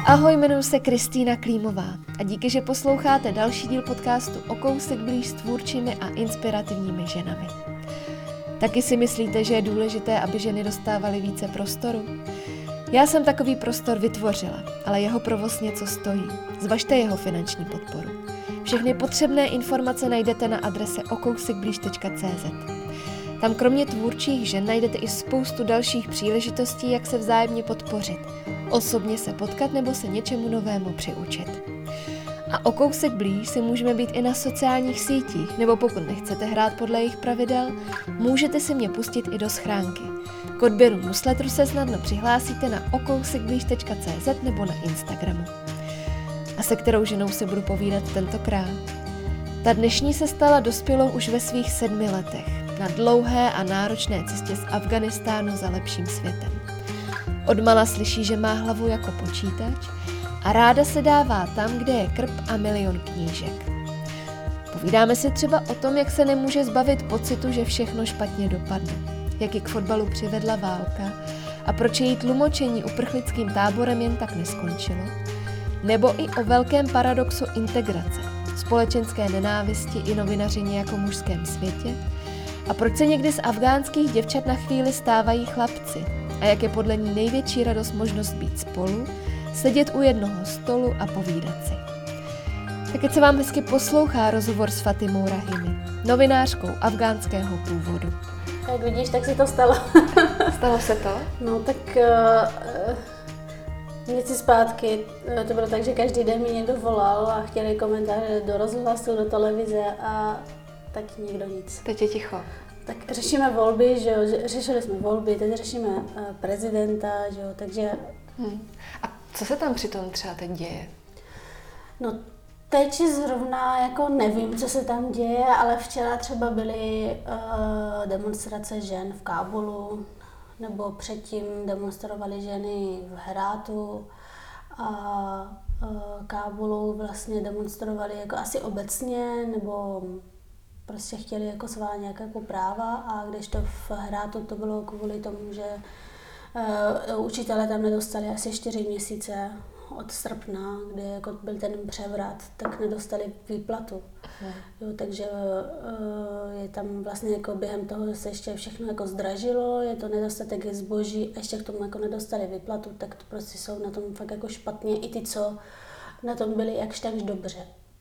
Ahoj, jmenuji se Kristýna Klímová a díky, že posloucháte další díl podcastu O kousek blíž s tvůrčími a inspirativními ženami. Taky si myslíte, že je důležité, aby ženy dostávaly více prostoru? Já jsem takový prostor vytvořila, ale jeho provoz něco stojí. Zvažte jeho finanční podporu. Všechny potřebné informace najdete na adrese okousekblíž.cz. Tam kromě tvůrčích žen najdete i spoustu dalších příležitostí, jak se vzájemně podpořit, osobně se potkat nebo se něčemu novému přiučit. A o kousek blíž si můžeme být i na sociálních sítích, nebo pokud nechcete hrát podle jejich pravidel, můžete si mě pustit i do schránky. K odběru newsletteru se snadno přihlásíte na okousekblíž.cz nebo na Instagramu. A se kterou ženou si budu povídat tentokrát? Ta dnešní se stala dospělou už ve svých 7 letech, na dlouhé a náročné cestě z Afghánistánu za lepším světem. Odmala slyší, že má hlavu jako počítač a ráda se dává tam, kde je krb a milion knížek. Povídáme si třeba o tom, jak se nemůže zbavit pocitu, že všechno špatně dopadne, jak ji k fotbalu přivedla válka a proč její tlumočení uprchlickým táborem jen tak neskončilo, nebo i o velkém paradoxu integrace, společenské nenávisti i novinařině jako mužském světě a proč se někdy z afgánských děvčat na chvíli stávají chlapci a jak je podle ní největší radost možnost být spolu, sedět u jednoho stolu a povídat si. Tak ať se vám hezky poslouchá rozhovor s Fatimou Rahimi, novinářkou afgánského původu. Jak vidíš, tak se to stalo. Stalo se to? No tak měsíc zpátky to bylo tak, že každý den mi někdo volal a chtěli komentáře do rozhlasu, do televize a tak nikdo nic. Teď je ticho. Tak řešíme volby, že jo, řešili jsme volby, teď řešíme prezidenta, že jo, takže... A co se tam přitom třeba teď děje? No teď zrovna jako nevím, co se tam děje, ale včera třeba byly demonstrace žen v Kábulu, nebo předtím demonstrovali ženy v Herátu a Kábulu vlastně demonstrovali jako asi obecně, nebo prostě chtěli jako svá nějaká jako práva a když to v Herátu to bylo kvůli tomu, že učitelé tam nedostali asi 4 měsíce od srpna, kdy jako byl ten převrat, tak nedostali výplatu. Jo, takže je tam vlastně jako během toho se ještě všechno jako zdražilo, je to nedostatek zboží, ještě k tomu jako nedostali výplatu, tak to prostě jsou na tom fakt jako špatně i ty, co na tom byli jakž takž dobře.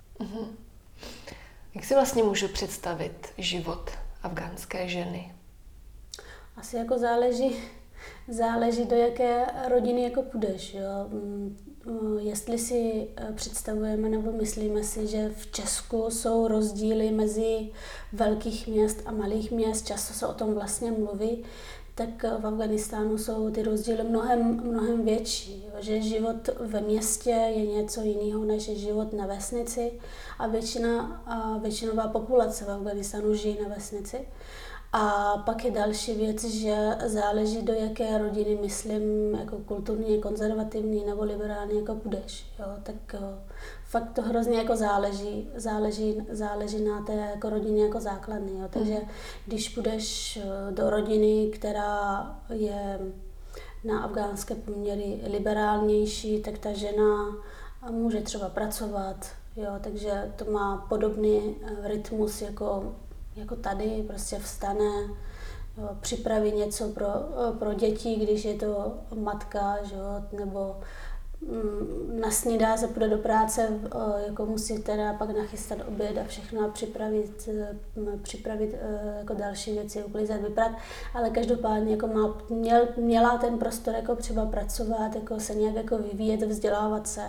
Jak si vlastně můžu představit život afgánské ženy? Asi jako záleží do jaké rodiny jako půjdeš, jo. Jestli si představujeme nebo myslíme si, že v Česku jsou rozdíly mezi velkých měst a malých měst, často se o tom vlastně mluví, tak v Afghánistánu jsou ty rozdíly mnohem větší, jo. Že život ve městě je něco jiného než život na vesnici a většinová populace v Afghánistánu žije na vesnici. A pak je další věc, že záleží do jaké rodiny, myslím, jako kulturně konzervativní nebo liberální jako půjdeš. Jo? Tak fakt to hrozně jako záleží na té jako rodině jako základny. Jo? Takže když půjdeš do rodiny, která je na afgánské poměry liberálnější, tak ta žena může třeba pracovat. Jo? Takže to má podobný rytmus jako tady, prostě vstane, jo, připraví něco pro děti, když je to matka, že jo, nebo nasnídá se, půjde do práce, jako musí teda pak nachystat oběd a všechno a připravit jako další věci, uklízet, vyprat, ale každopádně jako měla ten prostor jako třeba pracovat, jako se nějak jako vyvíjet, vzdělávat se.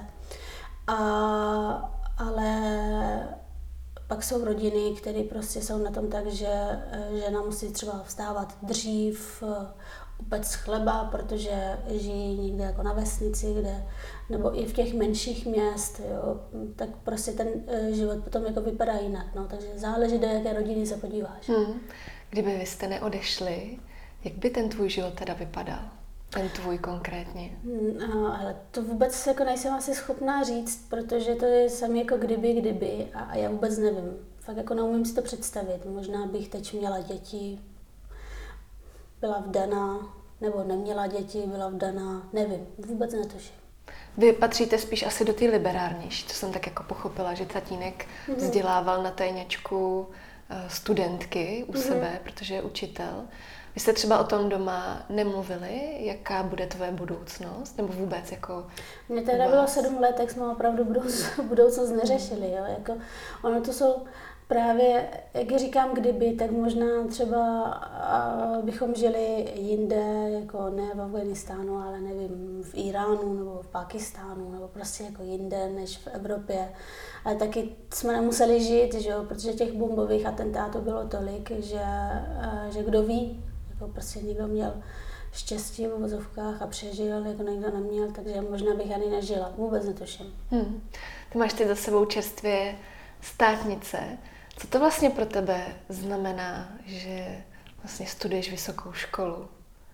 Ale pak jsou rodiny, které prostě jsou na tom tak, že žena musí třeba vstávat dřív, upéct chleba, protože žijí někde jako na vesnici, nebo i v těch menších měst, jo, tak prostě ten život potom jako vypadá jinak, no, takže záleží, do jaké rodiny se podíváš. Kdyby vy jste neodešli, jak by ten tvůj život teda vypadal? Ten tvůj konkrétně? Ale to vůbec jako nejsem asi schopná říct, protože to je sami jako kdyby a já vůbec nevím. Fakt jako neumím si to představit. Možná bych teď měla děti, byla vdaná, nebo neměla děti, byla vdaná, nevím, vůbec netuším. Vy patříte spíš asi do té liberárnější, to jsem tak jako pochopila, že tatínek vzdělával na tajňačku studentky u sebe, protože je učitel. Vy jste třeba o tom doma nemluvili, jaká bude tvoje budoucnost, nebo vůbec jako Mně teda bylo 7 let, tak jsme opravdu budoucnost neřešili. Jo? Jako, ono to jsou právě, jak říkám, kdyby, tak možná třeba bychom žili jinde, jako ne v Afghánistánu, ale nevím, v Iránu nebo v Pákistánu, nebo prostě jako jinde než v Evropě. Ale taky jsme nemuseli žít, že jo? Protože těch bombových atentátů bylo tolik, že kdo ví, jako prostě někdo měl štěstí v uvozovkách a přežil, jako někdo neměl, takže možná bych ani nežila. Vůbec netuším. Ty máš teď za sebou čerstvě státnice. Co to vlastně pro tebe znamená, že vlastně studuješ vysokou školu?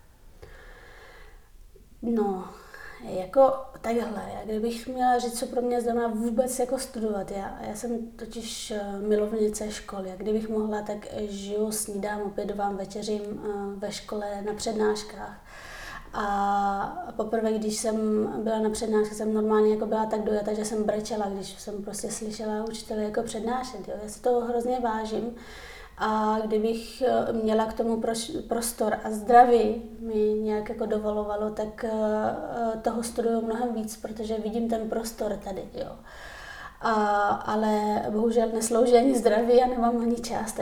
No, jako takhle, kdybych měla říct, co pro mě znamená vůbec jako studovat. Já jsem totiž milovnice školy. A kdybych mohla, tak žiju, snídám, obědvám, večeřím ve škole na přednáškách. A poprvé, když jsem byla na přednášce, jsem normálně jako byla tak dojata, že jsem brečela, když jsem prostě slyšela učitele jako přednášet. Jo. Já si toho hrozně vážím. A kdybych měla k tomu prostor a zdraví mi nějak jako dovolovalo, tak toho studuju mnohem víc, protože vidím ten prostor tady. Jo. Ale bohužel neslouží ani zdraví a nemám ani čas,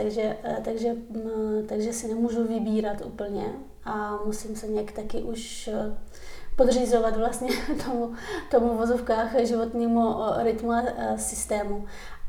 takže si nemůžu vybírat úplně a musím se nějak taky už podřízovat vlastně tomu v vozovkách životnímu rytmu a systému.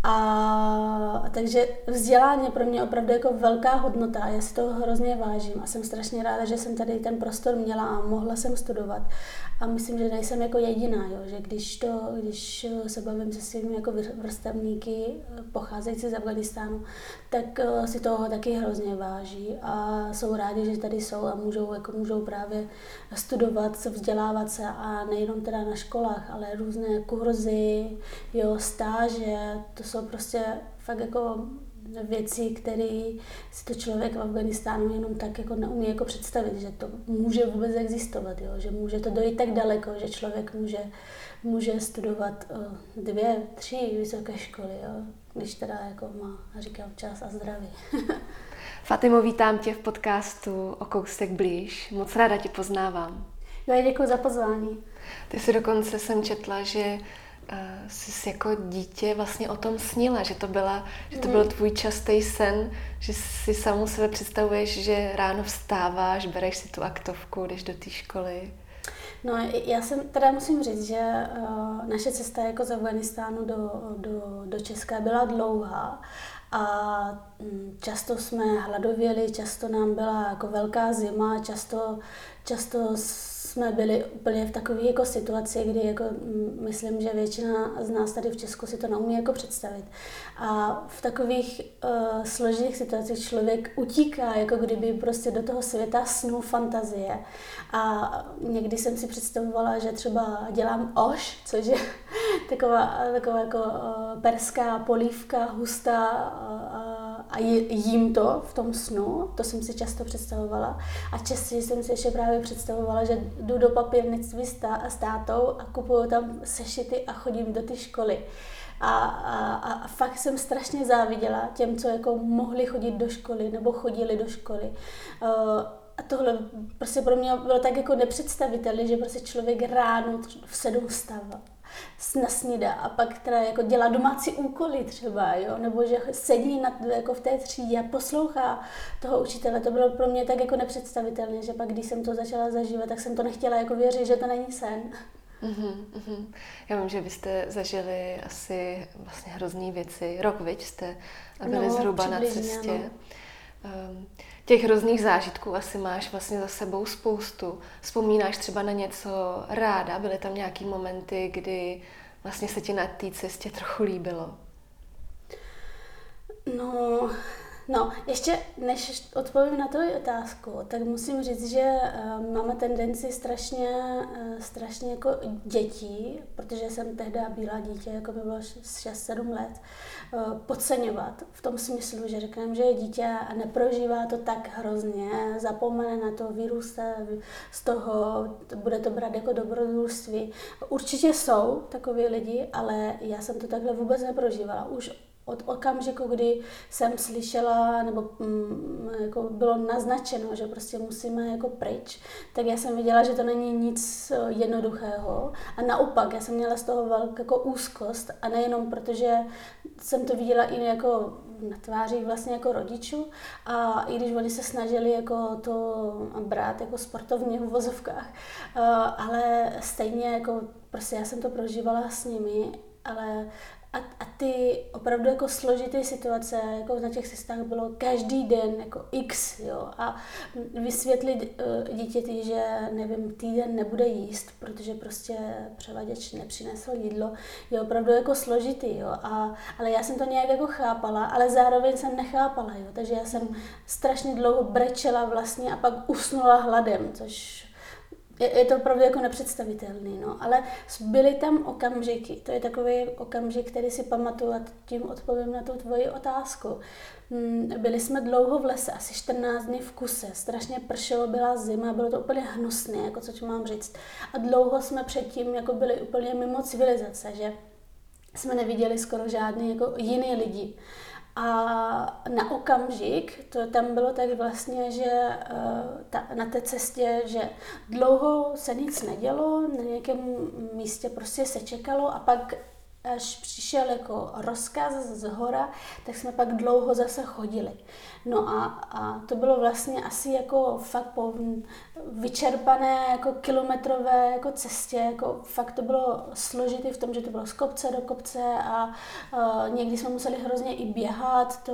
A takže vzdělání je pro mě opravdu jako velká hodnota a já si toho hrozně vážím a jsem strašně ráda, že jsem tady ten prostor měla a mohla jsem studovat. A myslím, že nejsem jako jediná, jo, že když se bavím se svými jako vrstevníky pocházející z Afghánistánu, tak si toho taky hrozně váží a jsou rádi, že tady jsou a můžou právě studovat, vzdělávat se a nejenom teda na školách, ale různé kurzy, jo, stáže, to jsou prostě fakt jako věci, které si to člověk v Afghánistánu jenom tak jako neumí jako představit, že to může vůbec existovat, jo? Že může to dojít tak daleko, že člověk může studovat 2, 3 vysoké školy, jo? Když teda jako má, říkám, čas a zdraví. Fatimo, vítám tě v podcastu O kousek blíž. Moc ráda tě poznávám. Jo, děkuji za pozvání. Ty si dokonce jsem četla, že jsi jako dítě vlastně o tom snila, že to byl tvůj častý sen, že si samu sebe představuješ, že ráno vstáváš, bereš si tu aktovku, jdeš do té školy. No, já teda musím říct, že naše cesta jako z Afghánistánu do Česka byla dlouhá a často jsme hladověli, často nám byla jako velká zima, často jsme byli úplně v takové jako situaci, kdy jako myslím, že většina z nás tady v Česku si to neumí jako představit. A v takových složitých situacích člověk utíká, jako kdyby prostě do toho světa snů fantazie. A někdy jsem si představovala, že třeba dělám oš, což je taková jako perská polívka, hustá a jím to v tom snu, to jsem si často představovala. A častěji jsem si ještě právě představovala, že jdu do papírnictví s tátou a kupuju tam sešity a chodím do té školy. A fakt jsem strašně záviděla těm, co jako mohli chodit do školy nebo chodili do školy. A tohle prostě pro mě bylo tak jako nepředstavitelné, že prostě člověk ráno v 7 vstává na snída a pak teda jako dělá domácí úkoly třeba, jo? Nebo že sedí jako v té třídě a poslouchá toho učitele. To bylo pro mě tak jako nepředstavitelné, že pak když jsem to začala zažívat, tak jsem to nechtěla jako věřit, že to není sen. Já vím, že vy jste zažili asi vlastně hrozný věci. Rok, viď, jste byli zhruba na cestě. No. Těch hrozných zážitků asi máš vlastně za sebou spoustu. Vzpomínáš třeba na něco ráda? Byly tam nějaký momenty, kdy vlastně se ti na té cestě trochu líbilo? No, No, ještě než odpovím na tvoji otázku, tak musím říct, že máme tendenci strašně jako dětí, protože jsem tehdy byla dítě, jako by bylo 6-7 let, podceňovat v tom smyslu, že řekneme, že je dítě a neprožívá to tak hrozně, zapomene na to, vyrůstá z toho, bude to brát jako dobrodružství. Určitě jsou takoví lidi, ale já jsem to takhle vůbec neprožívala. Už od okamžiku, kdy jsem slyšela, nebo jako bylo naznačeno, že prostě musíme jako pryč, tak já jsem viděla, že to není nic jednoduchého. A naopak, já jsem měla z toho velkou jako úzkost a nejenom protože jsem to viděla i jako na tváři vlastně jako rodičů a i když oni se snažili jako to brát jako sportovně v uvozovkách, ale stejně jako prostě já jsem to prožívala s nimi, ale a ty opravdu jako složité situace, jako na těch cestách bylo každý den jako x, jo, a vysvětlit dítěti, že nevím, týden nebude jíst, protože prostě převaděč nepřinesl jídlo, je opravdu jako složitý, jo, ale já jsem to nějak jako chápala, ale zároveň jsem nechápala, jo, takže já jsem strašně dlouho brečela vlastně a pak usnula hladem, což je to opravdu jako nepředstavitelný, no, ale byly tam okamžiky, to je takový okamžik, který si pamatuju a tím odpovím na tu tvoji otázku. Byli jsme dlouho v lese, asi 14 dní v kuse, strašně pršelo, byla zima, bylo to úplně hnusné, jako co ti mám říct. A dlouho jsme předtím jako byli úplně mimo civilizace, že jsme neviděli skoro žádný jako jiný lidi. A na okamžik, to tam bylo tak vlastně, že na té cestě, že dlouho se nic nedělo, na nějakém místě prostě se čekalo a pak až přišel jako rozkaz z hora, tak jsme pak dlouho zase chodili. No a to bylo vlastně asi jako fakt po vyčerpané jako kilometrové jako cestě, jako fakt to bylo složité v tom, že to bylo z kopce do kopce a někdy jsme museli hrozně i běhat,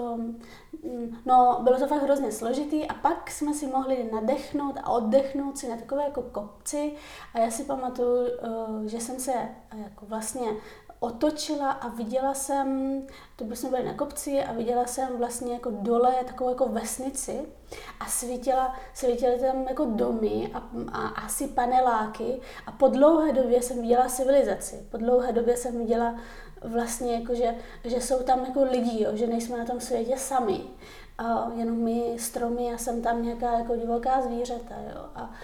no bylo to fakt hrozně složitý a pak jsme si mohli nadechnout a oddechnout si na takové jako kopci a já si pamatuju, že jsem se jako vlastně otočila a viděla jsem, to jsme byli na kopci a viděla jsem vlastně jako dole takovou jako vesnici a svítily tam jako domy a asi paneláky a po dlouhé době jsem viděla civilizaci, po dlouhé době jsem viděla vlastně jako, že jsou tam jako lidi, jo, že nejsme na tom světě sami, a jenom my stromy a jsem tam nějaká jako divoká zvířata, jo,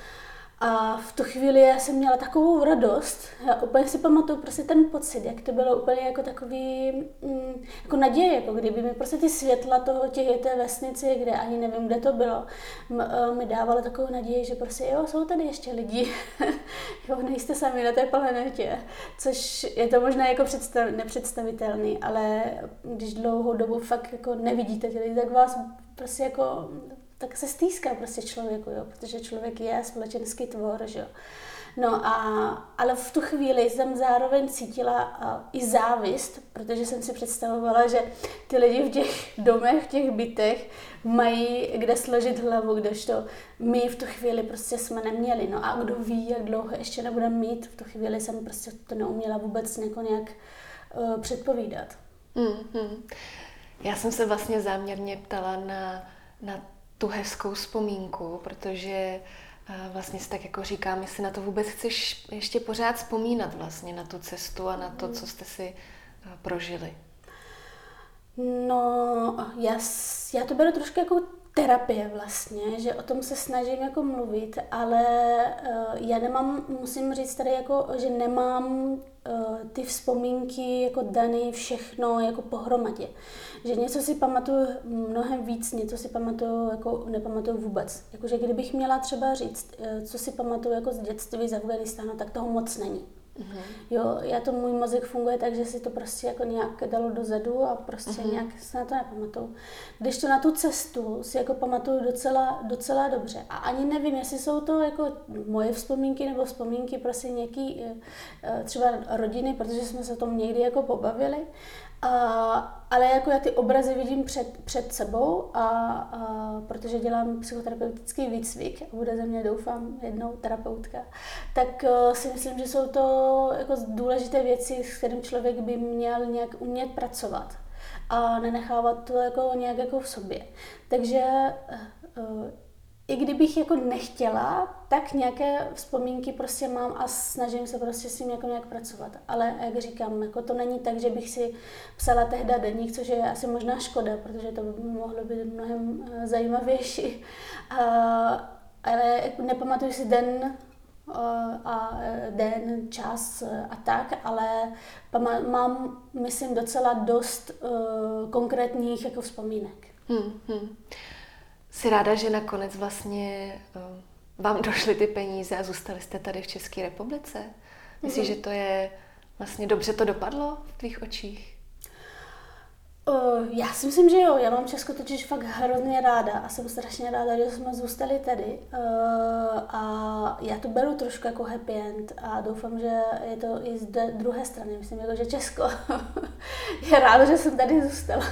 a v tu chvíli já jsem měla takovou radost, já úplně si pamatuju prostě ten pocit, jak to bylo úplně jako takový, jako naděje, jako kdyby mi prostě ty světla té vesnici, kde ani nevím, kde to bylo, mi dávalo takovou naději, že prostě jo, jsou tady ještě lidi, jo, nejste sami na té planetě, což je to možná jako nepředstavitelný, ale když dlouhou dobu fakt jako nevidíte ty lidi, tak vás prostě jako tak se stýská prostě člověku, jo, protože člověk je společenský tvor, že jo. No ale v tu chvíli jsem zároveň cítila i závist, protože jsem si představovala, že ty lidi v těch domech, v těch bytech mají kde složit hlavu, kdežto my v tu chvíli prostě jsme neměli. No a kdo ví, jak dlouho ještě nebudeme mít, v tu chvíli jsem prostě to neuměla vůbec nějak předpovídat. Já jsem se vlastně záměrně ptala na tu hezkou vzpomínku, protože vlastně si tak jako říkám, jestli na to vůbec chceš ještě pořád vzpomínat vlastně na tu cestu a na to, co jste si prožili. No, já to beru trošku jako terapie vlastně, že o tom se snažím jako mluvit, ale já musím říct tady jako, že nemám ty vzpomínky jako daný všechno jako pohromadě. Že něco si pamatuju mnohem víc, něco si pamatuju jako nepamatuju vůbec. Jakože kdybych měla třeba říct, co si pamatuju jako z dětství z Afghánistánu, tak toho moc není. Jo, můj mozek funguje tak, že si to prostě jako nějak dalo dozadu a prostě nějak se na to nepamatuju. Když to na tu cestu si jako pamatuju docela dobře. A ani nevím, jestli jsou to jako moje vzpomínky nebo vzpomínky prostě nějaký třeba rodiny, protože jsme se o tom někdy jako pobavili. Ale jako já ty obrazy vidím před sebou protože dělám psychoterapeutický výcvik a bude ze mě, doufám, jednou terapeutka, tak si myslím, že jsou to jako důležité věci, s kterým člověk by měl nějak umět pracovat. a nenechávat to jako nějak jako v sobě. Takže i kdybych jako nechtěla, tak nějaké vzpomínky prostě mám a snažím se prostě s tím jako nějak pracovat. Ale jak říkám, jako to není tak, že bych si psala tehda deník, což je asi možná škoda, protože to by mohlo být mnohem zajímavější. Ale nepamatuju si den a den, čas a tak, ale mám, myslím, docela dost konkrétních jako vzpomínek. Jsi ráda, že nakonec vlastně vám došly ty peníze a zůstali jste tady v České republice? Myslíš, že to je vlastně dobře to dopadlo v tvých očích? Já si myslím, že jo. Já mám Česko totiž fakt hrozně ráda a jsem strašně ráda, že jsme zůstali tady. A já to beru trošku jako happy end a doufám, že je to i z druhé strany. Myslím, jako, že Česko je rádo, že jsem tady zůstala.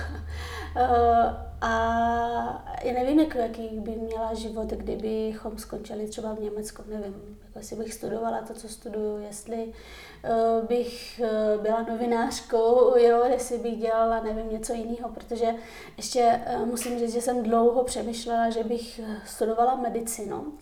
A já nevím, jaký by měla život, kdybychom skončili třeba v Německu, nevím, jako jestli bych studovala to, co studuju, jestli bych byla novinářkou, jo, jestli bych dělala, nevím, něco jiného, protože ještě musím říct, že jsem dlouho přemýšlela, že bych studovala medicinu.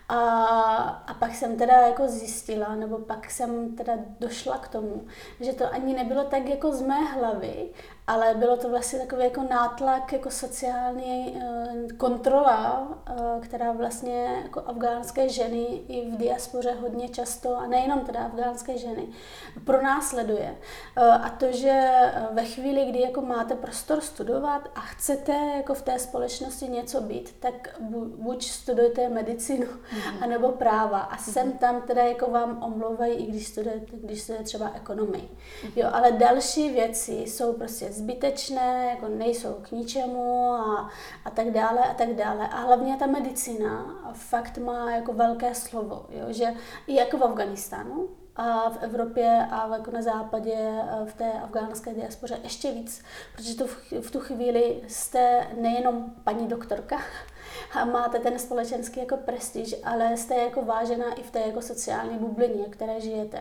A pak jsem teda jako zjistila, nebo pak jsem teda došla k tomu, že to ani nebylo tak jako z mé hlavy, ale bylo to vlastně takový jako nátlak, jako sociální kontrola, která vlastně jako afgánské ženy i v diaspoře hodně často, a nejenom teda afgánské ženy, pronásleduje. A to, že ve chvíli, kdy jako máte prostor studovat a chcete jako v té společnosti něco být, tak buď studujete medicínu, anebo práva. A sem tam teda jako vám omlouvají, i když studujete třeba ekonomii. Jo, ale další věci jsou prostě zbytečné, jako nejsou k ničemu a tak dále a tak dále. A hlavně ta medicína fakt má jako velké slovo, jo, že i jako v Afghánistánu a v Evropě a jako na západě v té afgánské diaspoře ještě víc, protože to v tu chvíli jste nejenom paní doktorka a máte ten společenský jako prestiž, ale jste jako vážená i v té jako sociální bublině, které žijete.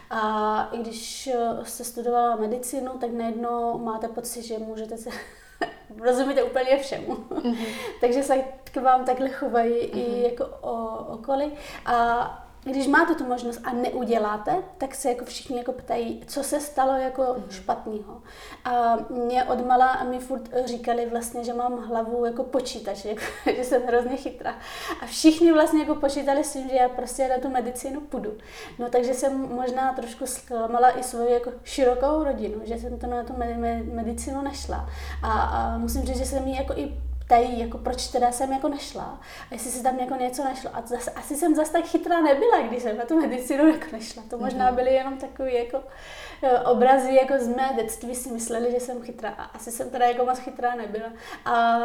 A i když jste studovala medicínu, tak najednou máte pocit, že můžete se rozumíte úplně všemu. Takže se k vám takhle chovají i jako okolí. A když máte tu možnost a neuděláte, tak se jako všichni jako ptají, co se stalo jako špatného. A mě odmala a mi furt říkali vlastně, že mám hlavu jako počítač, jako, že jsem hrozně chytrá. A všichni vlastně jako počítali s tím, že já prostě na tu medicínu půjdu. No takže jsem možná trošku zklamala i svoji jako širokou rodinu, že jsem to na tu medicínu nešla. A musím říct, že jsem jí jako i ptají, jako proč teda jsem jako nešla a jestli se tam jako něco nešlo. A asi jsem zase tak chytrá nebyla, když jsem na tu medicínu jako nešla. To možná byly jenom takový jako obrazy jako z mé dětství, si mysleli, že jsem chytrá. A asi jsem teda jako moc chytrá nebyla. A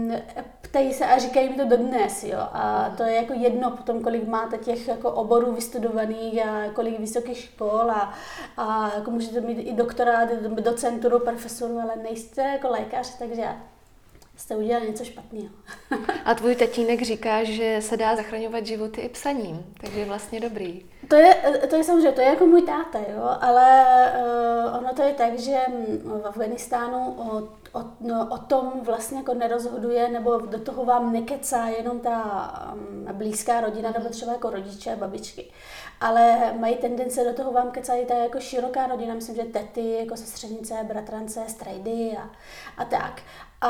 ptají se a říkají mi to dodnes, jo. A to je jako jedno potom, kolik máte těch jako oborů vystudovaných a kolik vysokých škol a jako můžete mít i doktorát, docenturu, profesoru, ale nejste jako lékař, takže jste udělali něco špatného. A tvůj tatínek říká, že se dá zachraňovat životy i psaním, takže je vlastně dobrý. To je samozřejmě, to je jako můj táta, jo, ale ono to je tak, že v Afghánistánu o tom vlastně jako nerozhoduje, nebo do toho vám nekecá jenom ta blízká rodina, nebo třeba jako rodiče, babičky. Ale mají tendence do toho vám kecají ta jako široká rodina, myslím, že tety, jako sestřenice, bratrance, strejdy a tak.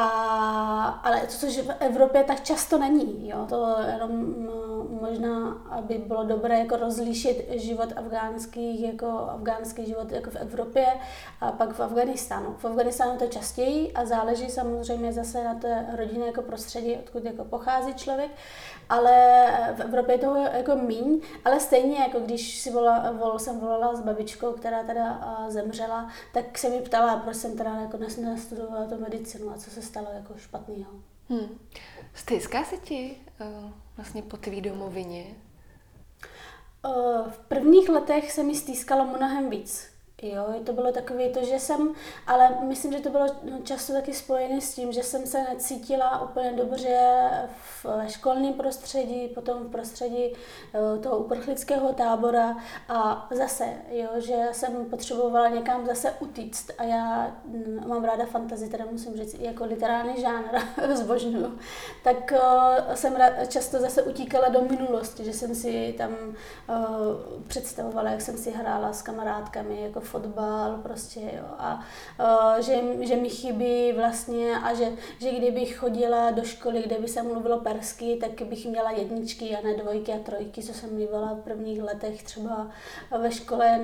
Ale což v Evropě tak často není, jo? To jenom možná, aby bylo dobré jako rozlišit život afgánský život jako v Evropě a pak v Afghánistánu. V Afghánistánu to častěji a záleží samozřejmě zase na té rodině jako prostředí, odkud jako pochází člověk, ale v Evropě je toho jako míň, ale stejně jako když jsem volala s babičkou, která teda zemřela, tak se mi ptala, proč jsem teda jako nestudovala tu medicinu a co se stalo jako špatného. Stýská se ti vlastně po tvý domovině? V prvních letech se mi stýskalo mnohem víc. Jo, to bylo takové to, že ale myslím, že to bylo často taky spojené s tím, že jsem se necítila úplně dobře v školním prostředí, potom v prostředí toho uprchlického tábora a zase, jo, že jsem potřebovala někam zase utíct a já mám ráda fantazii, teda musím říct, jako literární žánr zbožňuju, tak jsem často zase utíkala do minulosti, že jsem si tam představovala, jak jsem si hrála s kamarádkami, jako fotbal prostě, jo, a že mi chybí vlastně a že kdybych chodila do školy, kde by se mluvilo persky, tak bych měla jedničky a ne dvojky a trojky, co jsem mývala v prvních letech třeba ve škole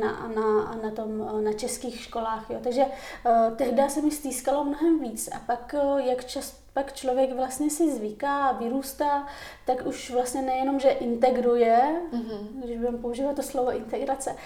na českých školách, jo. Takže tehdy se mi stýskalo mnohem víc a pak pak člověk vlastně si zvyká a vyrůstá, tak už vlastně nejenom, že integruje, když budeme používat to slovo integrace,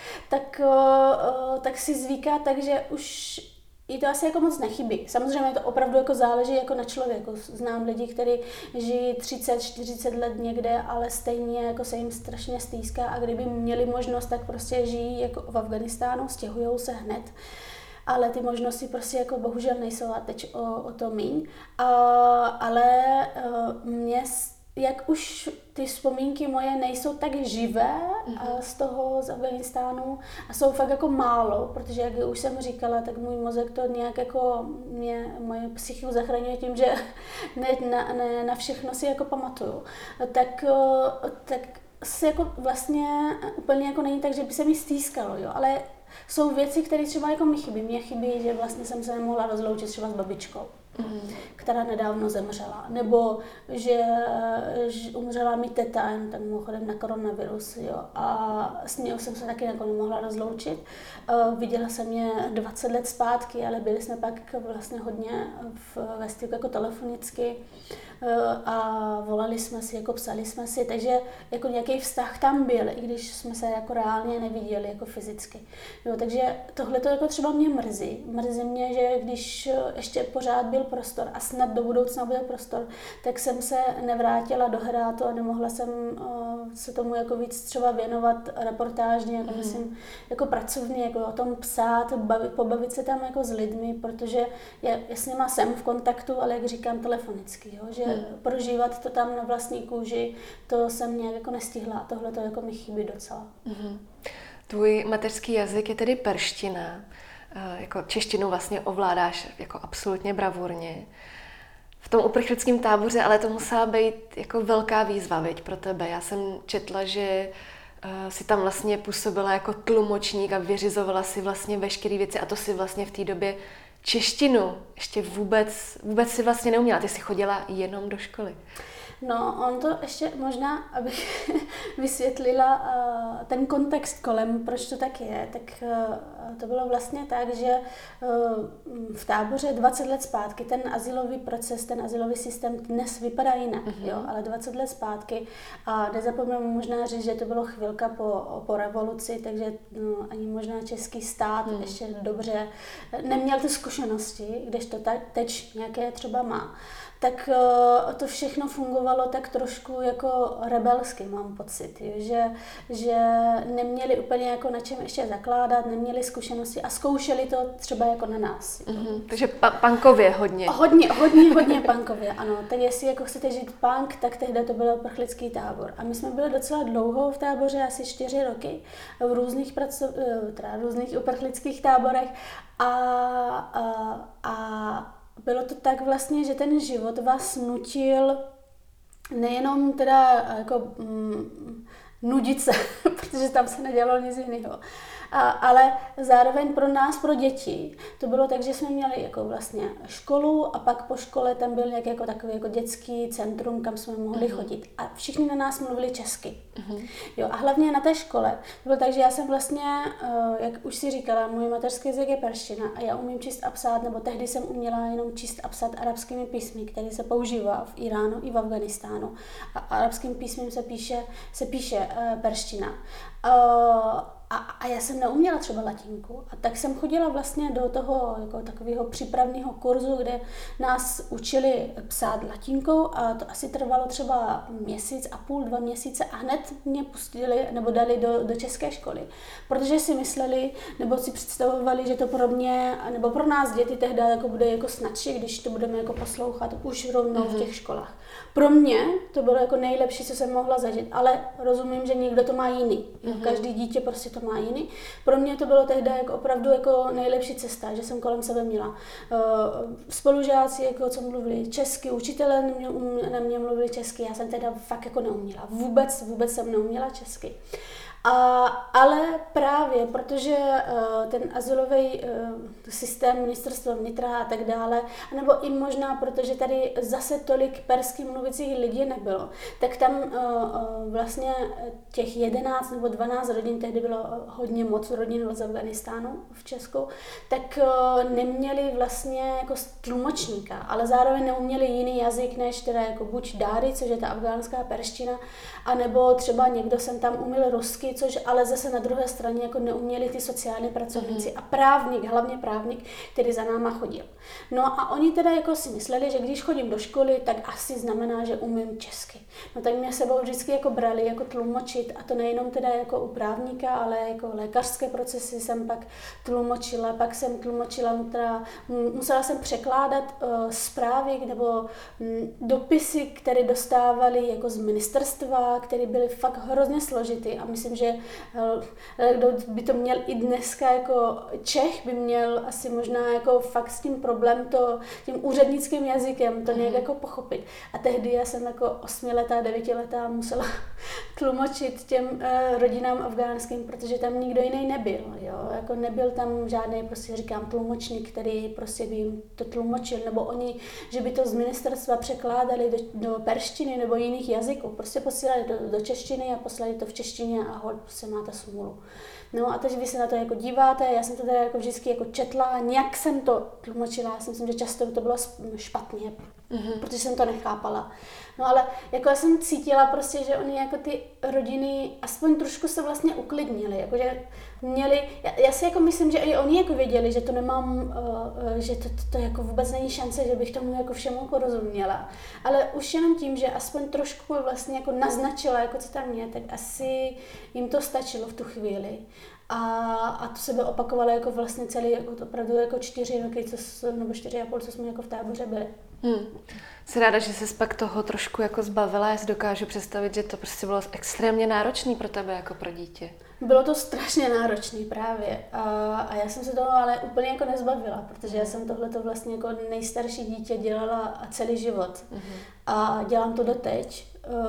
tak si zvyká, takže už jí to asi jako moc nechybí. Samozřejmě to opravdu jako záleží jako na člověku. Znám lidi, kteří žijí 30-40 let někde, ale stejně jako se jim strašně stýská a kdyby měli možnost, tak prostě žijí jako v Afghánistánu, stěhujou se hned. Ale ty možnosti prostě jako bohužel nejsou a teď o to míň. Ale mě, jak už ty vzpomínky moje nejsou tak živé z Afghánistánu a jsou fakt jako málo, protože jak už jsem říkala, tak můj mozek to nějak jako moje psychiku zachraňuje tím, že na všechno si jako pamatuju. Tak se jako vlastně úplně jako není tak, že by se mi stýskalo, jo, ale jsou věci, které třeba jako mi chybí. Mně chybí, že vlastně jsem se nemohla rozloučit třeba s babičkou, která nedávno zemřela. Nebo že umřela mi teta, jen tak mimochodem na koronavirus. Jo. A s ní jsem se taky jako nemohla rozloučit. Viděla jsem je 20 let zpátky, ale byli jsme pak vlastně hodně ve styku jako telefonicky. A volali jsme si, jako psali jsme si, takže jako nějaký vztah tam byl, i když jsme se jako reálně neviděli, jako fyzicky. Jo, takže tohle to jako třeba mě mrzí. Mrzí mě, že když ještě pořád byl prostor a snad do budoucna bude prostor, tak jsem se nevrátila do Herátu a nemohla jsem se tomu jako víc třeba věnovat reportážně, jako myslím, jako pracovně, jako o tom psát, pobavit se tam jako s lidmi, protože já s nima jsem v kontaktu, ale jak říkám telefonicky, jo, že prožívat to tam na vlastní kůži, to jsem nějak jako nestihla. Tohle to jako mi chybí docela. Tvůj mateřský jazyk je tedy perština. Jako češtinu vlastně ovládáš jako absolutně bravurně. V tom uprchlickém táboře ale to musela být jako velká výzva, viď, pro tebe. Já jsem četla, že si tam vlastně působila jako tlumočník a vyřizovala si vlastně veškeré věci a to si vlastně v té době češtinu ještě vůbec si vlastně neuměla. Ty jsi chodila jenom do školy. No, on to ještě možná, abych vysvětlila ten kontext kolem, proč to tak je, tak to bylo vlastně tak, že v táboře 20 let zpátky ten azylový proces, ten azylový systém dnes vypadá jinak, jo, ale 20 let zpátky a nezapomínám možná říct, že to bylo chvilka po revoluci, takže ani možná český stát ještě dobře neměl ty zkušenosti, kdežto teď nějaké třeba má. Tak to všechno fungovalo tak trošku jako rebelsky, mám pocit, jo? Že neměli úplně jako na čem ještě zakládat, neměli zkušenosti a zkoušeli to třeba jako na nás. Takže punkově hodně. Hodně punkově, ano. Tak jestli jako chcete žít punk, tak tehdy to byl uprchlický tábor. A my jsme byli docela dlouho v táboře, asi 4 roky, v různých uprchlických táborech a bylo to tak vlastně, že ten život vás nutil nejenom teda jako nudit se, protože tam se nedělalo nic jiného, ale zároveň pro nás, pro děti, to bylo tak, že jsme měli jako vlastně školu a pak po škole tam byl nějaký jako takový jako dětský centrum, kam jsme mohli chodit. A všichni na nás mluvili česky. Jo, a hlavně na té škole. To bylo tak, že já jsem vlastně, jak už si říkala, můj mateřský jazyk je perština a já umím číst a psát, nebo tehdy jsem uměla jenom číst a psát arabskými písmy, které se používá v Iránu i v Afghánistánu. A arabským písmem se píše perština. A já jsem neuměla třeba latinku. A tak jsem chodila vlastně do toho jako takového přípravného kurzu, kde nás učili psát latinkou a to asi trvalo třeba 1,5 měsíce, 2 měsíce a hned mě pustili nebo dali do české školy. Protože si mysleli, nebo si představovali, že to pro mě, nebo pro nás děti tehdy jako bude jako snadší, když to budeme jako poslouchat už rovnou v těch školách. Pro mě to bylo jako nejlepší, co jsem mohla zažít, ale rozumím, že někdo to má jiný. Každý dítě prostě to má jiný. Pro mě to bylo tehdy jako opravdu jako nejlepší cesta, že jsem kolem sebe měla spolužáci, jako co mluvili česky, učitelé na mě mluvili česky, já jsem teda fakt jako neuměla. Vůbec jsem neuměla česky. Ale právě, protože ten azylový systém ministerstva vnitra a tak dále, nebo i možná, protože tady zase tolik persky mluvících lidí nebylo, tak tam vlastně těch 11 nebo 12 rodin, tehdy bylo hodně moc rodin z Afghánistánu v Česku, tak neměli vlastně jako tlumočníka, ale zároveň neuměli jiný jazyk než teda jako buď dáry, což je ta afgánská perština, anebo třeba někdo sem tam uměl rusky, což ale zase na druhé straně jako neuměli ty sociální pracovníci a právník, hlavně právník, který za náma chodil. No a oni teda jako si mysleli, že když chodím do školy, tak asi znamená, že umím česky. No tak mě sebou vždycky jako brali jako tlumočit a to nejenom teda jako u právníka, ale jako lékařské procesy jsem pak tlumočila, pak jsem tlumočila, musela jsem překládat zprávy nebo dopisy, které dostávali jako z ministerstva, které byly fakt hrozně složitý a myslím, že kdo by to měl i dneska jako Čech, by měl asi možná jako fakt s tím problém tím úřednickým jazykem to nějak jako pochopit. A tehdy já jsem jako 8letá, 9letá musela tlumočit těm rodinám afgánským, protože tam nikdo jiný nebyl. Jo? Jako nebyl tam žádný, prostě říkám, tlumočník, který prostě by jim to tlumočil, nebo oni, že by to z ministerstva překládali do perštiny nebo jiných jazyků. Prostě posílali do češtiny a poslali to v češtině a holt, prostě máte smůlu. No a teď vy se na to jako díváte, já jsem to teda jako vždycky jako četla, nějak jsem to tlumočila, já si myslím, že často to bylo špatně, protože jsem to nechápala. No ale jako já jsem cítila prostě, že oni jako ty rodiny aspoň trošku se vlastně uklidnili, jakože měli, já si jako myslím, že i oni jako věděli, že to nemám, že to jako vůbec není šance, že bych tomu jako všemu jako rozuměla. Ale už jenom tím, že aspoň trošku vlastně jako naznačila, jako co tam je, tak asi jim to stačilo v tu chvíli. A to se opakovalo jako vlastně celý, jako opravdu jako 4 roky, nebo 4,5, co jsme jako v táboře byli. Jsem ráda, že jsi pak toho trošku jako zbavila, já si dokážu představit, že to prostě bylo extrémně náročné pro tebe jako pro dítě. Bylo to strašně náročné právě a já jsem se toho ale úplně jako nezbavila, protože já jsem tohleto vlastně jako nejstarší dítě dělala celý život a dělám to doteď.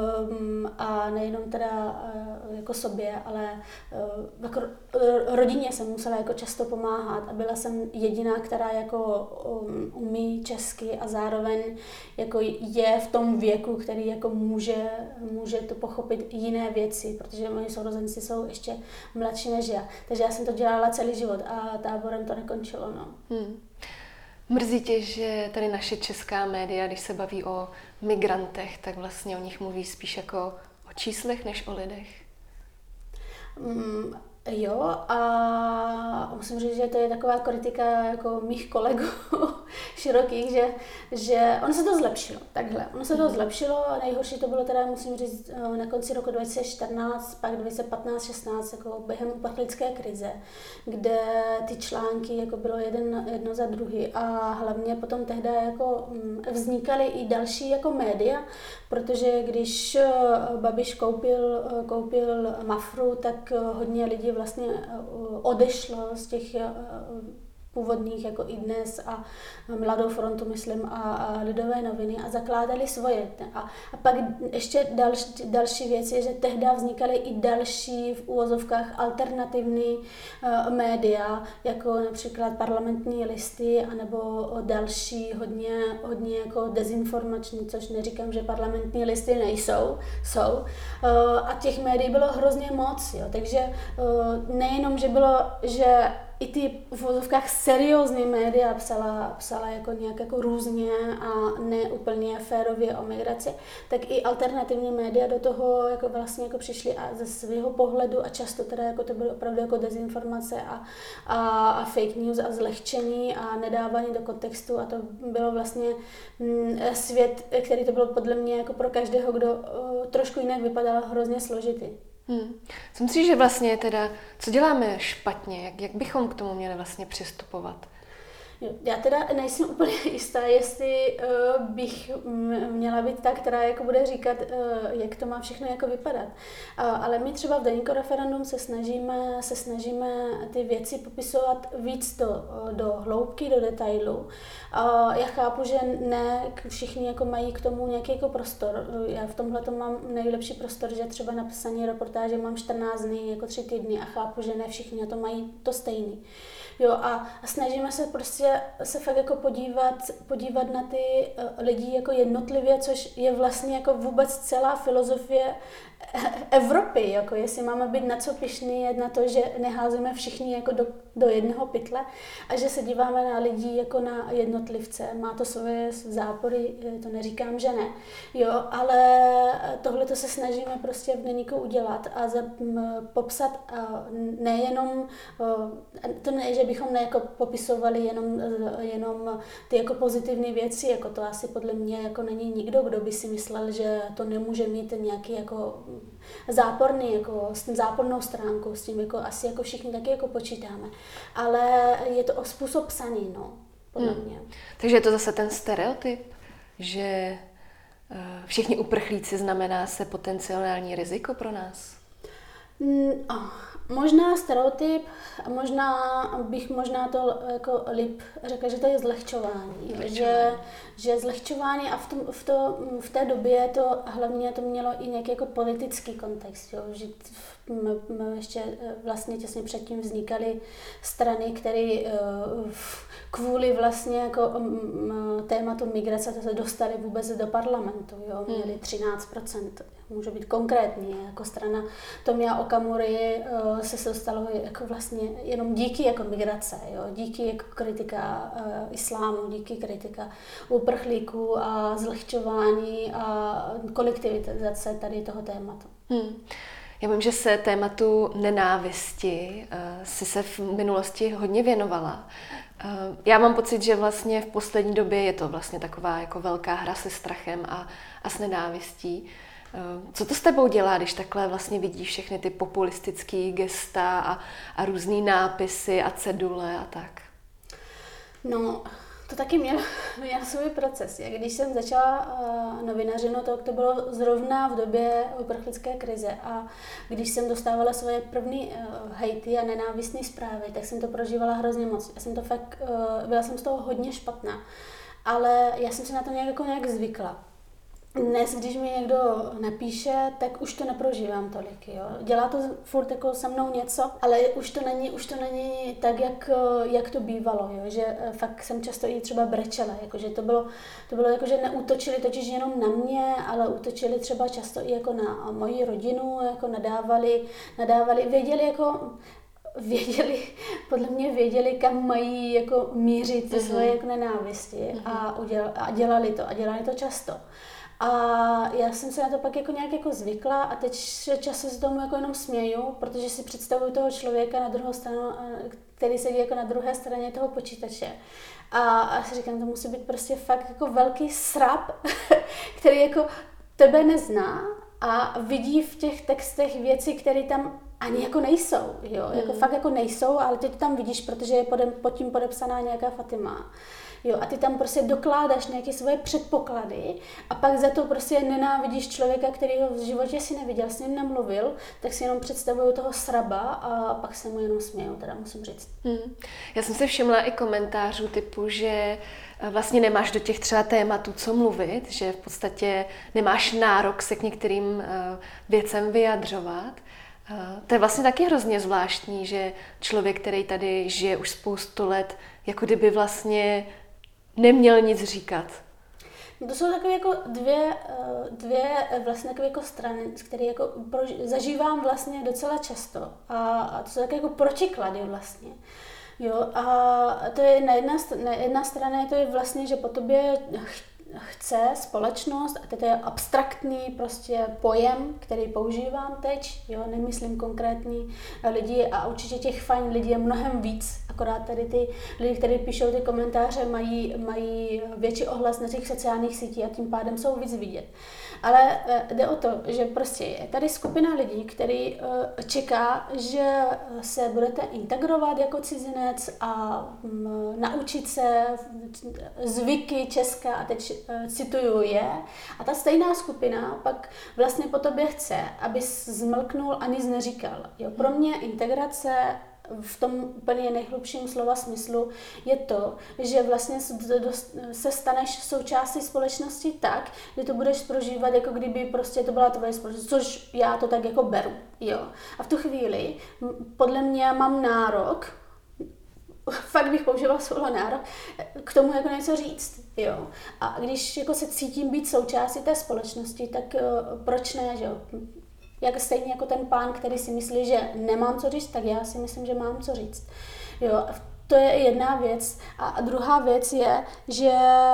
A nejenom teda jako sobě, ale jako rodině jsem musela jako často pomáhat a byla jsem jediná, která jako umí česky a zároveň jako je v tom věku, který jako může to pochopit jiné věci, protože moji sourozenci jsou ještě mladší než já. Takže já jsem to dělala celý život a táborem to nekončilo. No. Mrzí tě, že tady naše česká média, když se baví o migrantech, tak vlastně o nich mluví spíš jako o číslech než o lidech? Jo, a musím říct, že to je taková kritika jako mých kolegů širokých, že ono se to zlepšilo, takhle. Ono se to zlepšilo a nejhorší to bylo teda, musím říct, na konci roku 2014, pak 2015-16, jako během uprchlické krize, kde ty články jako bylo jedno za druhý a hlavně potom tehdy jako vznikaly i další jako média, protože když Babiš koupil Mafru, tak hodně lidí vlastně odešlo z těch původních jako i Dnes a Mladou frontu, myslím, a Lidové noviny a zakládali svoje. A pak ještě další věc je, že tehdy vznikaly i další v úvozovkách alternativní média, jako například Parlamentní listy, anebo další hodně jako dezinformační, což neříkám, že Parlamentní listy nejsou, jsou. A těch médií bylo hrozně moc, jo. Takže nejenom, že bylo, že i ty v vozovkách seriózní média psala jako nějak jako různě a ne úplně férově o migraci, tak i alternativní média do toho jako vlastně jako přišly a ze svého pohledu a často teda jako to byly opravdu jako dezinformace a fake news a zlehčení a nedávání do kontextu a to bylo vlastně svět, který to bylo podle mě jako pro každého, kdo trošku jinak vypadal, hrozně složitý. Co myslíš, že vlastně teda, co děláme špatně, jak bychom k tomu měli vlastně přistupovat? Jo, já teda nejsem úplně jistá, jestli bych měla být ta, která jako bude říkat, jak to má všechno jako vypadat. Ale my třeba v Deníku Referendum se snažíme ty věci popisovat víc do hloubky, do detailu. Já chápu, že ne všichni jako mají k tomu nějaký jako prostor. Já v tomhle mám nejlepší prostor, že třeba na psaní reportáže mám 14 dní, jako 3 týdny a chápu, že ne všichni na to mají to stejný. Jo, a snažíme se prostě se fakt jako podívat na ty lidi jako jednotlivě, což je vlastně jako vůbec celá filozofie Evropy, jako jestli máme být na co pyšný, je na to, že neházíme všichni jako do jednoho pytle a že se díváme na lidi jako na jednotlivce. Má to svoje zápory, to neříkám, že ne. Jo, ale tohle to se snažíme prostě v Deníku udělat a popsat nejenom, to ne, že bychom jako popisovali jenom ty jako pozitivní věci, jako to asi podle mě jako není nikdo, kdo by si myslel, že to nemůže mít nějaký jako zápornou stránku, s tím jako asi jako všichni taky jako počítáme. Ale je to o způsob psaní, no, podle mě. Takže je to zase ten stereotyp, že všichni uprchlíci znamená se potenciální riziko pro nás? Možná stereotyp, možná to jako líp řekla, že to je zlehčování. Že zlehčování a v té době to hlavně to mělo i nějaký jako politický kontext. Jo? Že ještě vlastně těsně předtím vznikaly strany, které kvůli vlastně jako tématu migrace to se dostaly vůbec do parlamentu. Jo? Měli 13%. Může být konkrétní, jako strana Tomia Okamury se dostalo jako vlastně jenom díky jako migrace, jo? Díky jako kritika islámu, díky kritika uprchlíků a zlehčování a kolektivizace tady toho tématu. Já vím, že se tématu nenávisti si se v minulosti hodně věnovala. Já mám pocit, že vlastně v poslední době je to vlastně taková jako velká hra se strachem a s nenávistí. Co to s tebou dělá, když takhle vlastně vidíš všechny ty populistické gesta a různý nápisy a cedule a tak? No, to taky měl svůj proces. Když jsem začala novinařinu, to bylo zrovna v době uprchlické krize a když jsem dostávala svoje první hejty a nenávistné zprávy, tak jsem to prožívala hrozně moc. Byla jsem z toho hodně špatná, ale já jsem si na to nějak zvykla. Dnes, když mi někdo napíše, tak už to neprožívám tolik, jo. Dělá to furt jako se mnou něco, ale už to není tak, jak to bývalo, jo. Že fakt jsem často i třeba brečela, jakože to bylo jako, že neútočili totiž jenom na mě, ale útočili třeba často i jako na moji rodinu, jako nadávali, věděli, kam mají jako mířit ty svoje jako nenávisti a dělali to často. A já jsem se na to pak jako nějak jako zvykla a teď často se tomu jako jenom směju, protože si představuju toho člověka na druhou stranu, který sedí jako na druhé straně toho počítače. A si říkám, to musí být prostě fakt jako velký srap, který jako tebe nezná a vidí v těch textech věci, které tam ani jako nejsou, jo, jako fakt jako nejsou, ale ty to tam vidíš, protože je pod tím podepsaná nějaká Fatima. Jo, a ty tam prostě dokládáš nějaké svoje předpoklady a pak za to prostě nenávidíš člověka, který ho v životě si neviděl, s ním nemluvil, tak si jenom představuju toho sraba a pak se mu jenom směju, teda musím říct. Já jsem si všimla i komentářů typu, že vlastně nemáš do těch třeba tématů co mluvit, že v podstatě nemáš nárok se k některým věcem vyjadřovat. To je vlastně taky hrozně zvláštní, že člověk, který tady žije už spoustu let, jako kdyby vlastně neměl nic říkat. To jsou takové jako dvě vlastně takové jako strany, které jako zažívám vlastně docela často. A to jsou takové jako protiklady vlastně. Jo, a to je na jedna strana je to je vlastně, že po tobě chce společnost, a to je abstraktní prostě pojem, který používám teď, jo, nemyslím konkrétní lidi a určitě těch fajn lidí je mnohem víc, akorát tady ty lidi, kteří píšou ty komentáře, mají větší ohlas na těch sociálních sítích a tím pádem jsou víc vidět. Ale jde o to, že prostě je tady skupina lidí, který čeká, že se budete integrovat jako cizinec a naučit se zvyky Česka, a teď cituju je. A ta stejná skupina pak vlastně po tobě chce, abys zmlknul a nic neříkal. Jo, pro mě integrace v tom úplně nejhlubším slova smyslu je to, že vlastně se staneš součástí společnosti tak, že to budeš prožívat, jako kdyby prostě to byla tvoje společnost, což já to tak jako beru. Jo. A v tu chvíli podle mě mám nárok, fakt bych používala slovo nárok, k tomu jako něco říct. Jo. A když jako se cítím být součástí té společnosti, tak proč ne, že jo? Jak stejně jako ten pán, který si myslí, že nemám co říct, tak já si myslím, že mám co říct. Jo, to je jedna věc. A druhá věc je, že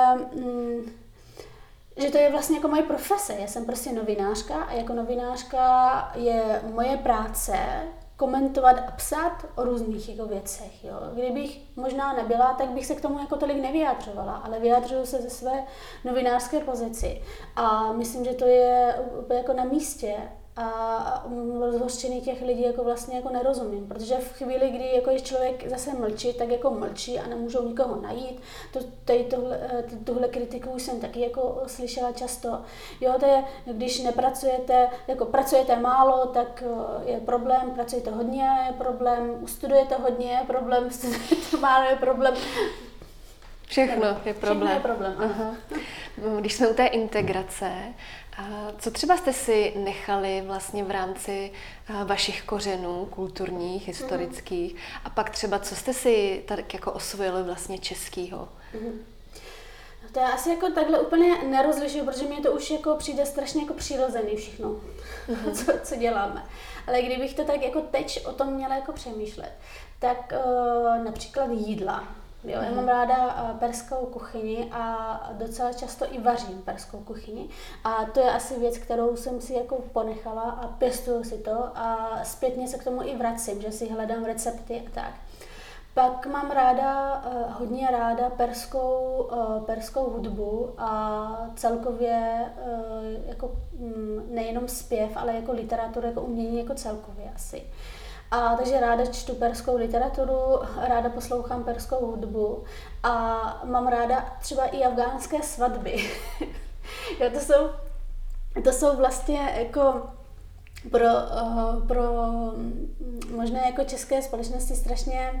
to je vlastně jako moje profese. Já jsem prostě novinářka a jako novinářka je moje práce komentovat a psát o různých jako věcech. Jo. Kdybych možná nebyla, tak bych se k tomu jako tolik nevyjádřovala, ale vyjádřuju se ze své novinářské pozici. A myslím, že to je úplně jako na místě. A rozhořčený těch lidí jako vlastně jako nerozumím, protože v chvíli, kdy jako je člověk zase mlčí, tak jako mlčí a nemůžou nikoho najít. Tuhle kritiku už jsem taky jako slyšela často. Jo, to je, když nepracujete, jako pracujete málo, tak je problém, pracujete hodně, je problém, studujete hodně, je problém, studujete málo, je problém. Všechno je problém. Všechno je problém. Aha. Když jsme u té integrace, co třeba jste si nechali vlastně v rámci vašich kořenů, kulturních, historických, a pak třeba co jste si tak jako osvojili vlastně českýho? No to já asi jako takhle úplně nerozlišuju, protože mě to už jako přijde strašně jako přirozený všechno, co děláme. Ale kdybych to tak jako teď o tom měla jako přemýšlet, tak například jídla. Jo, já mám ráda perskou kuchyni a docela často i vařím perskou kuchyni. A to je asi věc, kterou jsem si jako ponechala a pěstuju si to a zpětně se k tomu i vracím, že si hledám recepty a tak. Pak mám hodně ráda perskou hudbu a celkově jako nejenom zpěv, ale jako literaturu, jako umění jako celkově asi. A takže ráda čtu perskou literaturu, ráda poslouchám perskou hudbu a mám ráda třeba i afgánské svatby. Jo, to jsou vlastně jako pro možná jako české společnosti strašně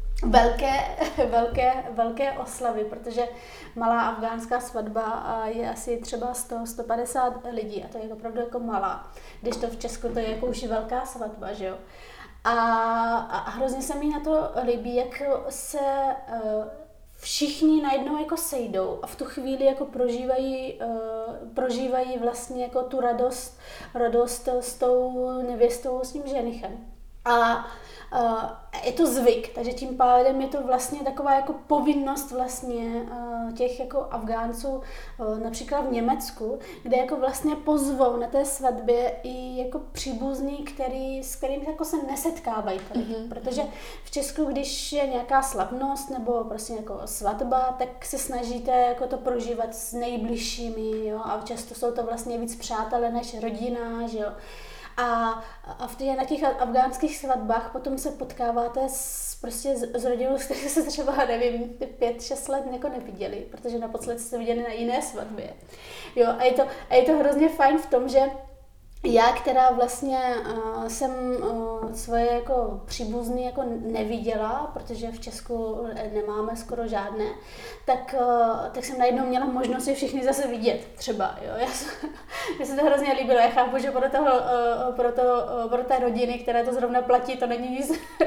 velké oslavy, protože malá afgánská svatba je asi třeba 100-150 lidí a to je opravdu jako malá, když to v Česku to je jako už velká svatba, že jo. A hrozně se mi na to líbí, jak se všichni najednou jako sejdou a v tu chvíli jako prožívají vlastně jako tu radost s tou nevěstou, s tím ženichem. A je to zvyk, takže tím pádem je to vlastně taková jako povinnost vlastně těch jako Afgánců, například v Německu, kde jako vlastně pozvou na té svatbě i jako příbuzní, s kterým jako se nesetkávají tolik. Protože v Česku, když je nějaká slavnost nebo prostě jako svatba, tak se snažíte jako to prožívat s nejbližšími, jo, a často jsou to vlastně víc přátelé než rodina, že jo. A na těch afgánských svatbách potom se potkáváte s rodinou, s kterou se třeba, nevím, 5-6 let jako neviděli, protože naposled jste viděli na jiné svatbě. Jo, a je to hrozně fajn v tom, že já, která vlastně jsem svoje jako příbuzný jako neviděla, protože v Česku nemáme skoro žádné, tak jsem najednou měla možnost je všichni zase vidět třeba. Jo. Mně se to hrozně líbilo, já chápu, že pro té rodiny, které to zrovna platí, to není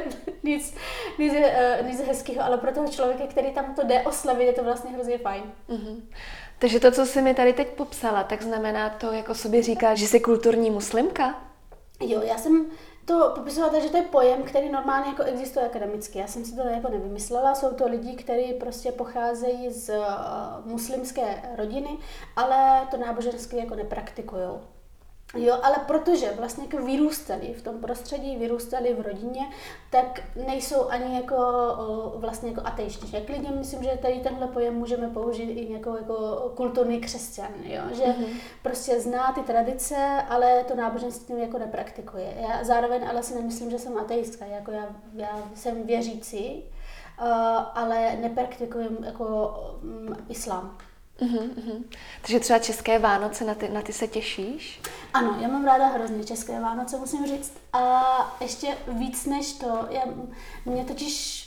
nic hezkého, ale pro toho člověka, který tam to jde oslavit, je to vlastně hrozně fajn. Mm-hmm. Takže to, co jsi mi tady teď popsala, tak znamená to, jako sobě říkáš, že jsi kulturní muslimka? Jo, To popisovat, že to je pojem, který normálně jako existuje akademicky. Já jsem si to jako nevymyslela. Jsou to lidi, kteří prostě pocházejí z muslimské rodiny, ale to náboženství jako nepraktikují. Jo, ale protože vlastně jako vyrůstali v tom prostředí, vyrůstali v rodině, tak nejsou ani jako vlastně jako ateisti. Já klidně myslím, že tady tenhle pojem můžeme použít i jako kulturní křesťan, jo, že prostě zná ty tradice, ale to náboženství jako nepraktikuje. Já zároveň ale si nemyslím, že jsem ateistka, jako já jsem věřící, ale nepraktikuji jako islám. Takže třeba české Vánoce, na ty se těšíš? Ano, já mám ráda hrozně české Vánoce, musím říct. A ještě víc než to, mě totiž,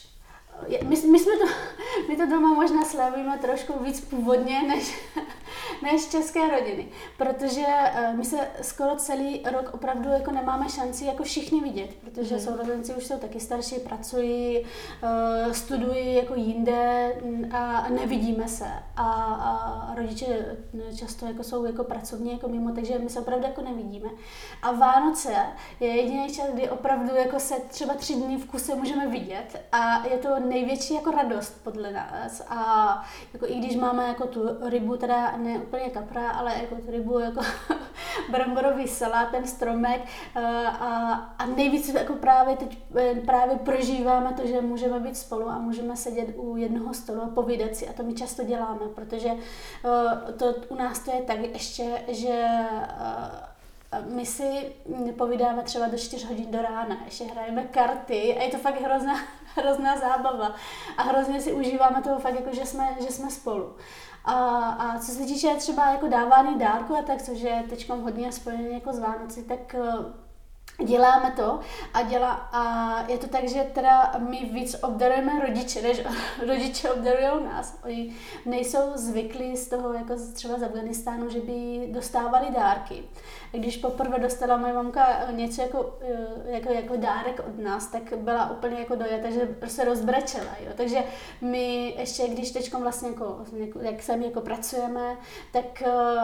my to doma možná slavíme trošku víc původně než české rodiny, protože my se skoro celý rok opravdu jako nemáme šanci jako všichni vidět, protože sourozenci už jsou taky starší, pracují, studují jako jinde a nevidíme se. A rodiče často jako jsou jako pracovně jako mimo, takže my se opravdu jako nevidíme. A Vánoce je jediný čas, kdy opravdu jako se třeba 3 dny v kuse můžeme vidět a je to největší jako radost podle nás. A jako i když máme jako tu rybu, teda ne úplně kapra, ale jako tu rybu, jako bramborový salát, ten stromek a nejvíc jako právě teď prožíváme to, že můžeme být spolu a můžeme sedět u jednoho stolu a povídat si a to my často děláme, protože to u nás to je tak ještě, že my si povídáme třeba do 4 hodin do rána, ještě hrajeme karty a je to fakt hrozná zábava a hrozně si užíváme toho fakt jako, že jsme spolu. A co se týče třeba jako dávání dárku a tak, což je teď hodně spojené jako s Vánoci, tak děláme to a je to tak, že teda my víc obdarujeme rodiče, než rodiče obdarují nás. Oni nejsou zvyklí z toho, jako třeba z Afghánistánu, že by dostávali dárky. A když poprvé dostala moje mamka něco jako dárek od nás, tak byla úplně jako dojata, že se rozbrečela. Jo. Takže my ještě, když teď vlastně jak sami jako pracujeme, tak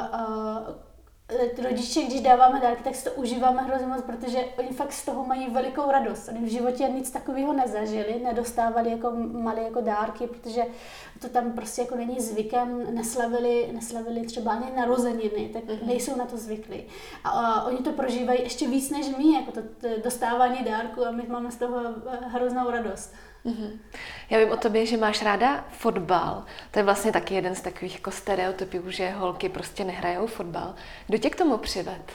rodiče, když dáváme dárky, tak si to užíváme hrozně moc, protože oni fakt z toho mají velikou radost. Oni v životě nic takového nezažili, nedostávali jako malé jako dárky, protože to tam prostě jako není zvykem, neslavili třeba ani narozeniny, tak nejsou na to zvyklí. A oni to prožívají ještě víc než my, jako to dostávání dárku a my máme z toho hroznou radost. Já vím o tobě, že máš ráda fotbal. To je vlastně taky jeden z takových jako stereotypů, že holky prostě nehrajou fotbal. Kdo tě k tomu přived?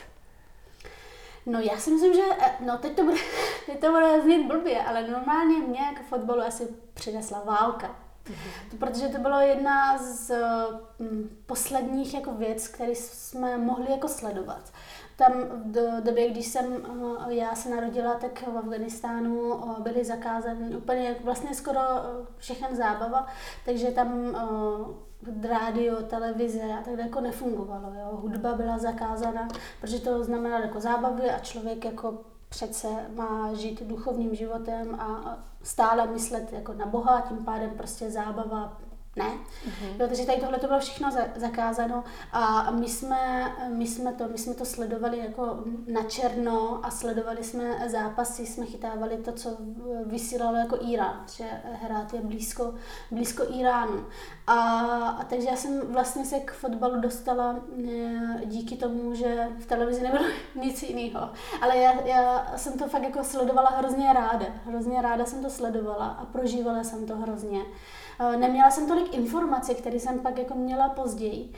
No já si myslím, že teď to bude znít blbě, ale normálně mě jako fotbalu asi přinesla válka. Protože to bylo jedna z posledních jako věc, které jsme mohli jako sledovat. Tam v době, když jsem já se narodila, tak v Afghánistánu byly zakázány úplně vlastně skoro všechen zábava, takže tam rádio, televize a tak jako nefungovalo. Jo. Hudba byla zakázána, protože to znamenalo jako zábavy a člověk jako přece má žít duchovním životem a stále myslet jako na Boha, tím pádem prostě zábava ne. Jo, takže tady tohle to bylo všechno zakázáno a my jsme to sledovali jako na černo a sledovali jsme zápasy, jsme chytávali to, co vysílalo jako Irán, že hrát je blízko Iránu. A takže já jsem vlastně se k fotbalu dostala díky tomu, že v televizi nebylo nic jiného. Ale já jsem to fakt jako sledovala hrozně ráda jsem to sledovala a prožívala jsem to hrozně. Neměla jsem tolik informací, které jsem pak jako měla později,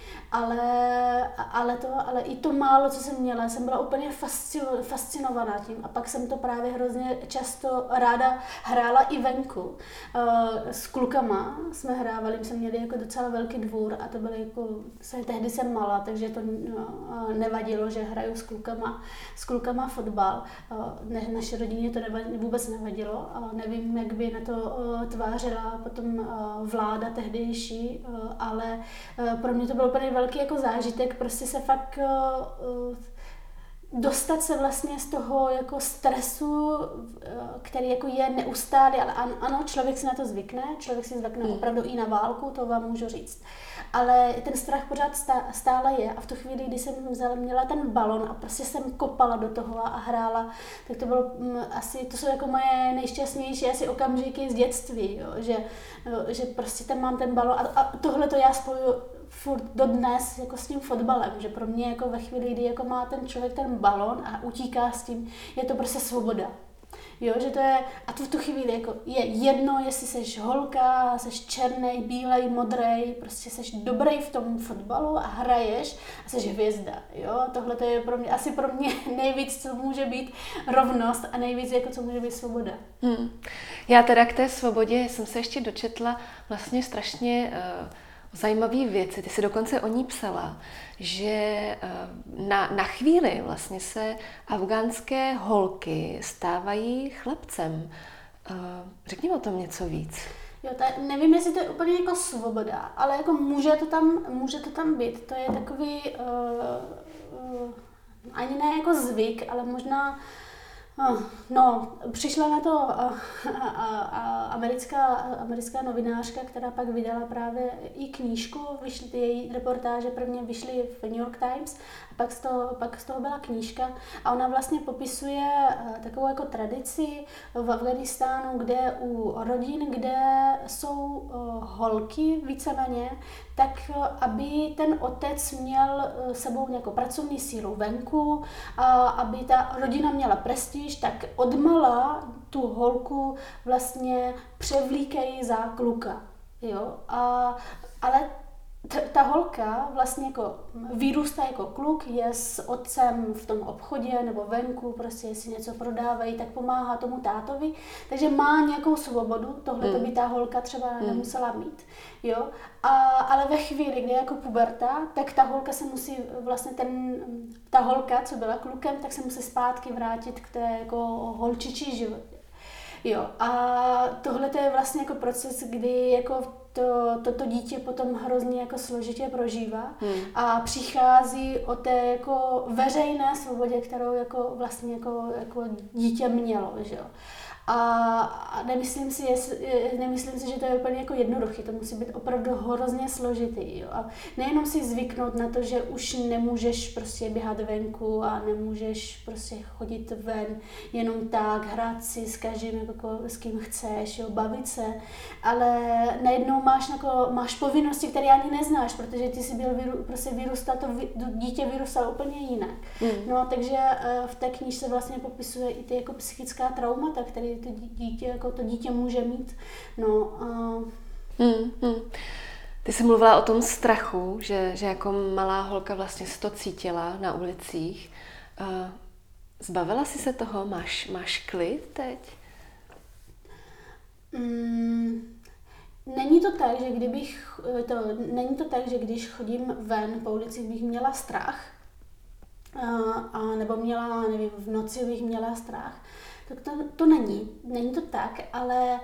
ale i to málo, co jsem měla, jsem byla úplně fascinovaná tím a pak jsem to právě hrozně často ráda hrála i venku. S klukama jsme hrávali, my jsme měli jako docela velký dvůr a to byly jako, tehdy jsem malá, takže to nevadilo, že hraju s klukama fotbal. Naše rodině to vůbec nevadilo, nevím, jak by na to tvářila potom vláda tehdejší, ale pro mě to byl úplně velký jako zážitek, prostě se fakt dostat se vlastně z toho jako stresu, který jako je neustálý, ale ano, člověk si na to zvykne, člověk si zvykne opravdu i na válku, to vám můžu říct. Ale ten strach pořád stále je a v tu chvíli, kdy jsem měla ten balon a prostě jsem kopala do toho a hrála, tak to bylo asi, to jsou jako moje nejšťastnější asi okamžiky z dětství, jo, že prostě tam mám ten balon a tohle to já spojuju furt dodnes jako s tím fotbalem, že pro mě jako ve chvíli, kdy jako má ten člověk ten balon a utíká s tím, je to prostě svoboda. Jo, že to je, a tu v tu chvíli jako je jedno, jestli seš holka, seš černej, bílej, modrej, prostě seš dobrý v tom fotbalu a hraješ a seš hvězda, jo, tohle to je pro mě, asi pro mě nejvíc, co může být rovnost a nejvíc, jako co může být svoboda. Já teda k té svobodě jsem se ještě dočetla vlastně strašně zajímavé věci. Ty jsi dokonce o ní psala, že na chvíli vlastně se afgánské holky stávají chlapcem. Řekni o tom něco víc. Jo, nevím, jestli to je úplně jako svoboda, ale jako může to tam být. To je takový ani ne jako zvyk, ale možná přišla na to americká novinářka, která pak vydala právě i knížku, vyšly ty její reportáže, prvně vyšly v New York Times a pak z toho byla knížka a ona vlastně popisuje takovou jako tradici v Afghánistánu, kde u rodin, kde jsou holky víceméně, tak aby ten otec měl sebou nějakou pracovní sílu venku a aby ta rodina měla prestiž, tak odmala tu holku vlastně převlíkají za kluka. Jo? Ale ta holka vlastně jako vyrůstá jako kluk, je s otcem v tom obchodě nebo venku, prostě jestli něco prodávají, tak pomáhá tomu tátovi, takže má nějakou svobodu, tohle to by ta holka třeba nemusela mít, jo, ale ve chvíli, kdy je jako puberta, tak ta holka se musí vlastně ta holka, co byla klukem, tak se musí zpátky vrátit k té jako holčičí životě. Jo, a tohle to je vlastně jako proces, kdy jako to dítě potom hrozně jako složitě prožívá a přichází o té jako veřejné svobodě, kterou jako vlastně jako dítě mělo, že jo. A nemyslím si, že to je úplně jako jednoduchý, to musí být opravdu hrozně složitý. Jo. A nejenom si zvyknout na to, že už nemůžeš prostě běhat venku a nemůžeš prostě chodit ven jenom tak, hrát si s každým, jako, s kým chceš, jo, bavit se, ale najednou máš povinnosti, které ani neznáš, protože ty jsi byl prostě vyrůstal, to dítě vyrůstalo úplně jinak. No, takže v té knížce vlastně popisuje i ty jako psychická traumata, které to dítě může mít. No, Ty jsi mluvila o tom strachu, že jako malá holka vlastně si to cítila na ulicích. Zbavila jsi se toho? Máš klid teď? Není to tak, že když chodím ven po ulici, bych měla strach, nebo nevím, v noci bych měla strach. Tak to není to tak, ale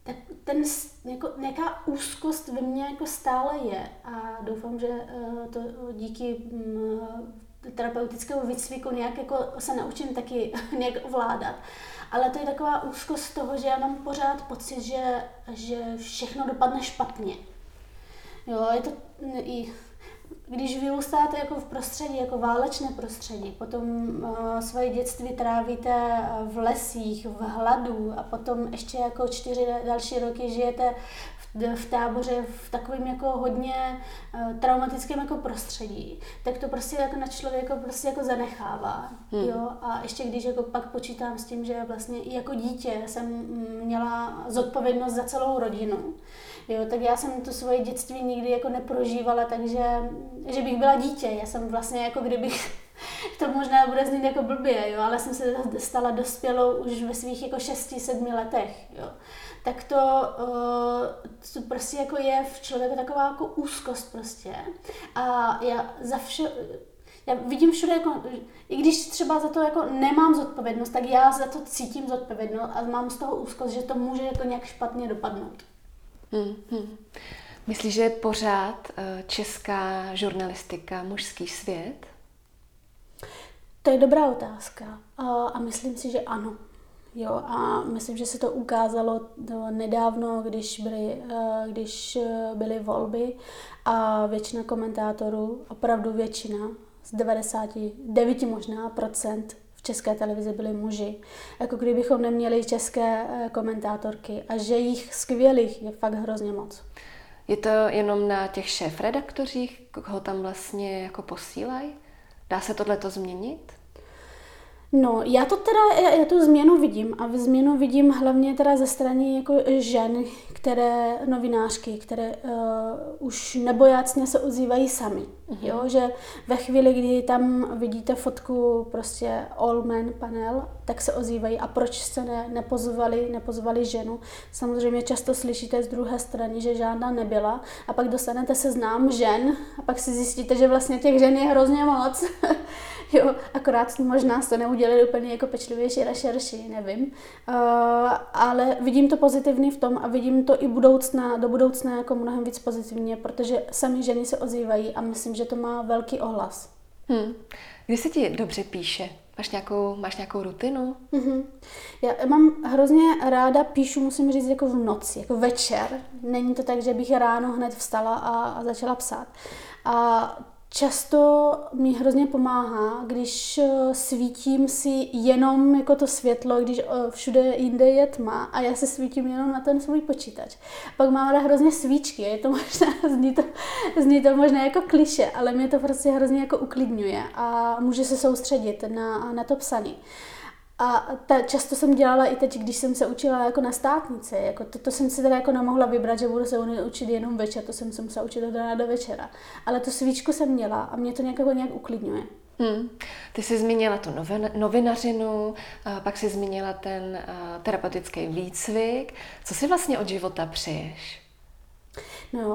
nějaká úzkost ve mně jako stále je a doufám, že to díky terapeutickému výcviku nějak jako se naučím taky nějak ovládat. Ale to je taková úzkost z toho, že já mám pořád pocit, že všechno dopadne špatně. Jo, je to i když vyrůstáte jako v prostředí, jako válečné prostředí, potom svoje dětství trávíte v lesích, v hladu a potom ještě jako 4 další roky žijete v táboře v takovém jako hodně traumatickém jako prostředí, tak to prostě jako na člověka prostě jako zanechává. Jo? A ještě když jako pak počítám s tím, že vlastně i jako dítě jsem měla zodpovědnost za celou rodinu, jo, tak já jsem to svoje dětství nikdy jako neprožívala, takže že bych byla dítě. Já jsem vlastně jako kdybych, to možná bude znít jako blbě, jo, ale jsem se stala dospělou už ve svých jako 6-7 letech, jo. Tak to prostě jako je v člověku taková jako úzkost prostě. A já vidím všude, jako, i když třeba za to jako nemám zodpovědnost, tak já za to cítím zodpovědnost a mám z toho úzkost, že to může jako nějak špatně dopadnout. Myslíš, že je pořád česká žurnalistika mužský svět? To je dobrá otázka a myslím si, že ano. Jo, a myslím, že se to ukázalo nedávno, když byly volby a většina komentátorů, opravdu většina, z 99 možná procent v české televizi byli muži. Jako kdybychom neměli české komentátorky a že jich skvělých je fakt hrozně moc. Je to jenom na těch šéfredaktorích, koho tam vlastně jako posílají? Dá se tohleto změnit? No, já tu změnu vidím a změnu vidím hlavně teda ze strany jako žen, novinářky, které už nebojácně se ozývají sami. Jo, že ve chvíli, kdy tam vidíte fotku prostě all men panel, tak se ozývají. A proč jste nepozvali ženu? Samozřejmě často slyšíte z druhé strany, že žádná nebyla a pak dostanete seznam žen a pak si zjistíte, že vlastně těch žen je hrozně moc. Jo, akorát možná to neudělali úplně jako pečlivější rešerši, nevím. Ale vidím to pozitivní v tom a vidím to i do budoucna jako mnohem víc pozitivně, protože sami ženy se ozývají a myslím, že to má velký ohlas. Kdy se ti dobře píše? Máš nějakou rutinu? Já mám hrozně ráda, píšu, musím říct, jako v noci, jako večer. Není to tak, že bych ráno hned vstala a začala psát. A často mi hrozně pomáhá, když svítím si jenom jako to světlo, když všude jinde je tma a já se svítím jenom na ten svůj počítač. Pak mám ráda hrozně svíčky, je to možná, zní to možná jako klišé, ale mě to prostě hrozně jako uklidňuje a může se soustředit na to psaní. A často jsem dělala i teď, když jsem se učila jako na státnici. Jako to jsem si teda jako nemohla vybrat, že budu se učit jenom večer, to jsem se musela učit od rána do večera. Ale tu svíčku jsem měla a mě to nějak uklidňuje. Ty jsi zmínila tu novinařinu, pak jsi zmínila ten terapeutický výcvik. Co si vlastně od života přeješ? No,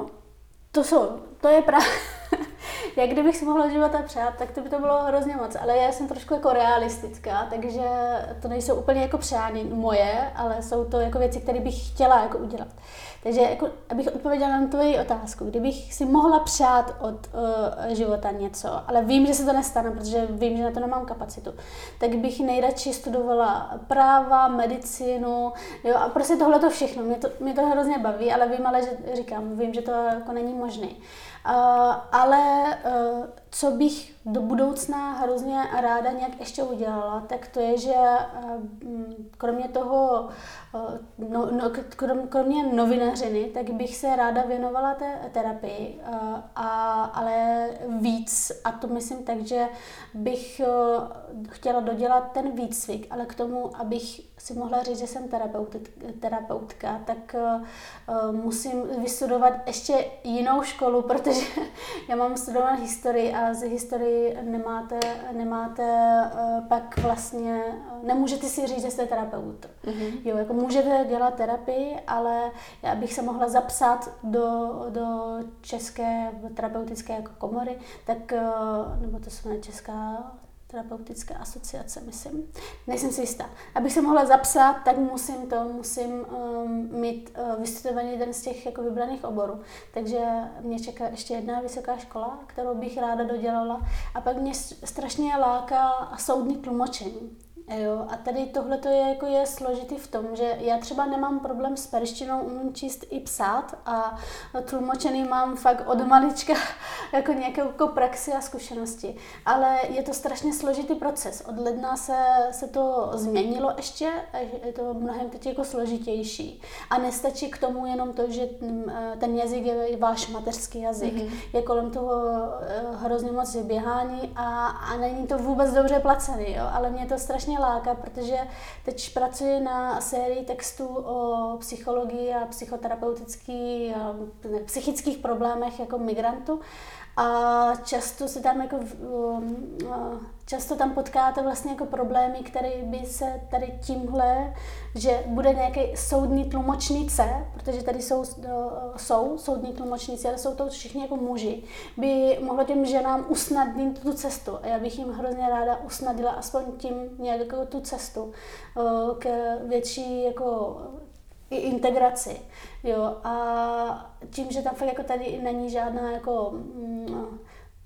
to je právě... Jak kdybych si mohla života přát, tak to by to bylo hrozně moc, ale já jsem trošku jako realistická, takže to nejsou úplně jako přání moje, ale jsou to jako věci, které bych chtěla jako udělat. Takže jako, abych odpověděla na tvoji otázku, kdybych si mohla přát od života něco, ale vím, že se to nestane, protože vím, že na to nemám kapacitu, tak bych nejradši studovala práva, medicínu, jo, a prostě tohle všechno. Mě to hrozně baví, ale vím, že to jako není možné. Ale co bych do budoucna hrozně ráda nějak ještě udělala, tak to je, že kromě toho, kromě novinařiny, tak bych se ráda věnovala té terapii, ale víc, a to myslím tak, že bych chtěla dodělat ten výcvik, ale k tomu, abych si mohla říct, že jsem terapeutka, tak musím vystudovat ještě jinou školu, protože já mám studovat historii a z historii nemáte pak vlastně, nemůžete si říct, že jste terapeut. Jo, jako můžete dělat terapii, ale já bych se mohla zapsat do České terapeutické jako komory, tak, nebo to se jmenuje Česká terapeutická asociace, myslím. Nejsem si jistá. Abych se mohla zapsat, tak musím mít vystudovaný jeden z těch jako vybraných oborů. Takže mě čeká ještě jedna vysoká škola, kterou bych ráda dodělala. A pak mě strašně láká soudní tlumočení. Jo, a tady tohle je složitý v tom, že já třeba nemám problém s perštinou, umím číst i psát a tlumočený mám fakt od malička jako nějakou praxi a zkušenosti. Ale je to strašně složitý proces. Od ledna se to změnilo ještě, je to mnohem teď jako složitější. A nestačí k tomu jenom to, že ten jazyk je váš mateřský jazyk. Je kolem toho hrozně moc vyběhání a není to vůbec dobře placený, jo? Ale mě to strašně láká, protože teď pracuji na sérii textů o psychologii a psychických problémech jako migrantů a často tam potkáte vlastně jako problémy, které by se tady tímhle, že bude nějaký soudní tlumočnice, protože tady jsou soudní tlumočníci, ale jsou to všichni jako muži, by mohlo těm ženám usnadnit tu cestu. A já bych jim hrozně ráda usnadnila aspoň tím nějakou tu cestu k větší jako i integraci. Jo, a tím, že tam fakt jako tady není žádná jako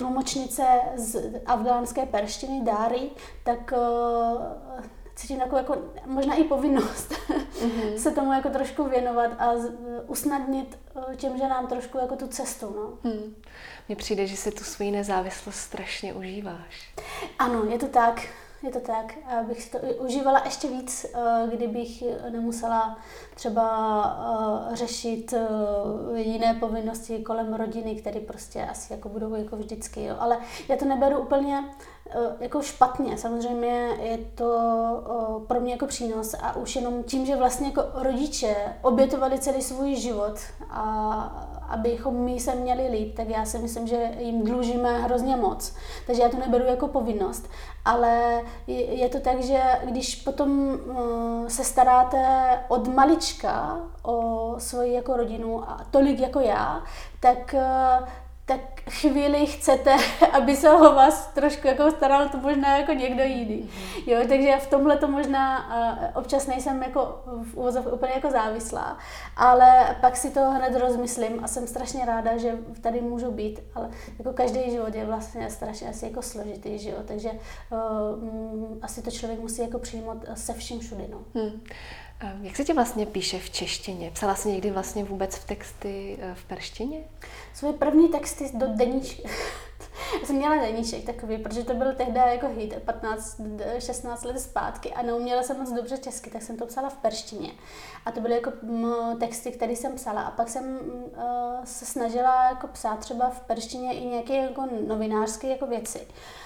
tlumočnice z afgánské perštiny Dáry, tak cítím takovou jako možná i povinnost se tomu jako trošku věnovat a usnadnit těm ženám trošku jako tu cestu. No. Mně přijde, že si tu svoji nezávislost strašně užíváš. Ano, je to tak. Je to tak. Abych si to užívala ještě víc, kdybych nemusela třeba řešit jiné povinnosti kolem rodiny, které prostě asi jako budou jako vždycky. Jo. Ale já to neberu úplně jako špatně. Samozřejmě je to pro mě jako přínos a už jenom tím, že vlastně jako rodiče obětovali celý svůj život a abychom my se měli líp, tak já si myslím, že jim dlužíme hrozně moc. Takže já to neberu jako povinnost. Ale je to tak, že když potom se staráte od malička o svoji jako rodinu a tolik jako já, tak chvíli chcete, aby se o vás trošku jako staral to možná jako někdo jiný. Jo, takže v tomhle to možná občas nejsem jako v uvozovce úplně jako závislá, ale pak si to hned rozmyslím a jsem strašně ráda, že tady můžu být, ale jako každý život je vlastně strašně asi jako složitý, že jo, takže asi to člověk musí jako přijmout se vším všudy, no. Jak se ti vlastně píše v češtině? Psala jsi někdy vlastně vůbec v texty v perštině? Svoje první texty do deníčka. Já jsem měla deníček takový, protože to byl tehdy jako hit, 15-16 let zpátky a neuměla jsem moc dobře česky, tak jsem to psala v perštině. A to byly jako texty, které jsem psala. A pak jsem se snažila jako psát třeba v perštině i nějaké jako novinářské jako věci.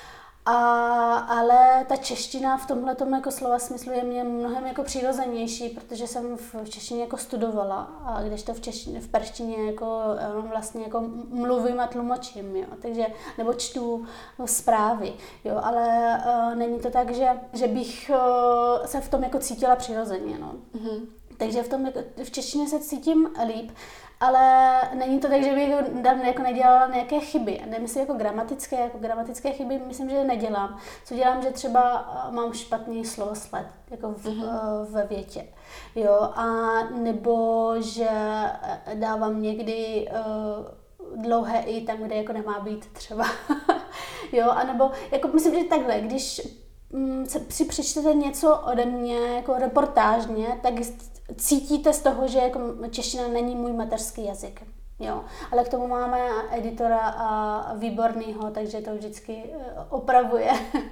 Ale ta čeština v tomhletom jako slova smyslu je mě mnohem jako přirozenější, protože jsem v češtině jako studovala, a kdežto v perštině jako vlastně jako mluvím a tlumočím, jo, takže nebo čtu zprávy, jo, ale není to tak, že bych se v tom jako cítila přirozeně, no. Takže v češtině se cítím líp. Ale není to tak, že bych jako nedělala nějaké chyby. Nemyslím jako gramatické chyby, myslím, že nedělám. Co dělám, že třeba mám špatný slovosled jako ve větě. Jo, a nebo že dávám někdy dlouhé i tam, kde jako nemá být třeba. Jo, a nebo jako myslím, že takhle, když si přečtete něco ode mě jako reportážně, tak cítíte z toho, že jako čeština není můj mateřský jazyk. Jo. Ale k tomu máme editora a výbornýho, takže to vždycky opravuje.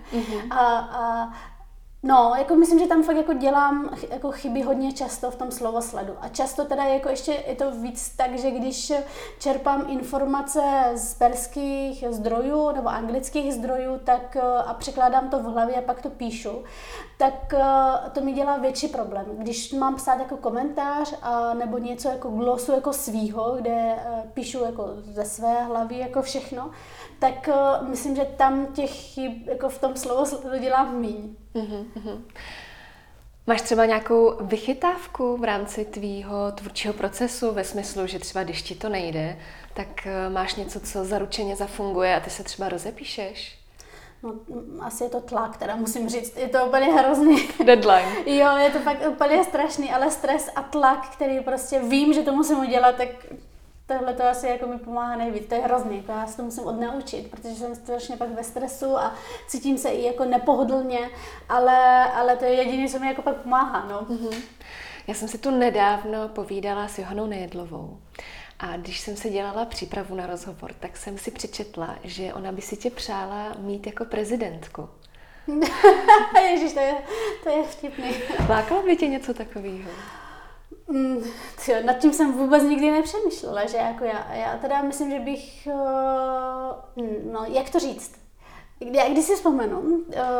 No, jako myslím, že tam fakt jako dělám jako chyby hodně často v tom slovosledu. A často teda jako ještě je to víc tak, že když čerpám informace z perských zdrojů nebo anglických zdrojů, tak a překládám to v hlavě a pak to píšu, tak to mi dělá větší problém. Když mám psát jako komentář a nebo něco jako glosu jako svýho, kde píšu jako ze své hlavy jako všechno, tak myslím, že tam těch chyb jako v tom slovosledu dělám míň. Máš třeba nějakou vychytávku v rámci tvýho tvůrčího procesu ve smyslu, že třeba když ti to nejde, tak máš něco, co zaručeně zafunguje a ty se třeba rozepíšeš? No, asi je to tlak, teda musím říct, je to úplně hrozný. Deadline. Jo, je to fakt úplně strašný, ale stres a tlak, který prostě vím, že to musím udělat, tak tohle to asi jako mi pomáhá nejvíc. To je hrozný, jako já se to musím odnaučit, protože jsem strašně pak ve stresu a cítím se i jako nepohodlně, ale to je jediné, co mi jako pak pomáhá, no. Já jsem si tu nedávno povídala s Johanou Nejedlovou. A když jsem se dělala přípravu na rozhovor, tak jsem si přečetla, že ona by si tě přála mít jako prezidentku. Ježiš, to je vtipný. Lákalo by tě něco takového? Nad tím jsem vůbec nikdy nepřemýšlela, že jako já teda myslím, že bych, no jak to říct, když si vzpomenu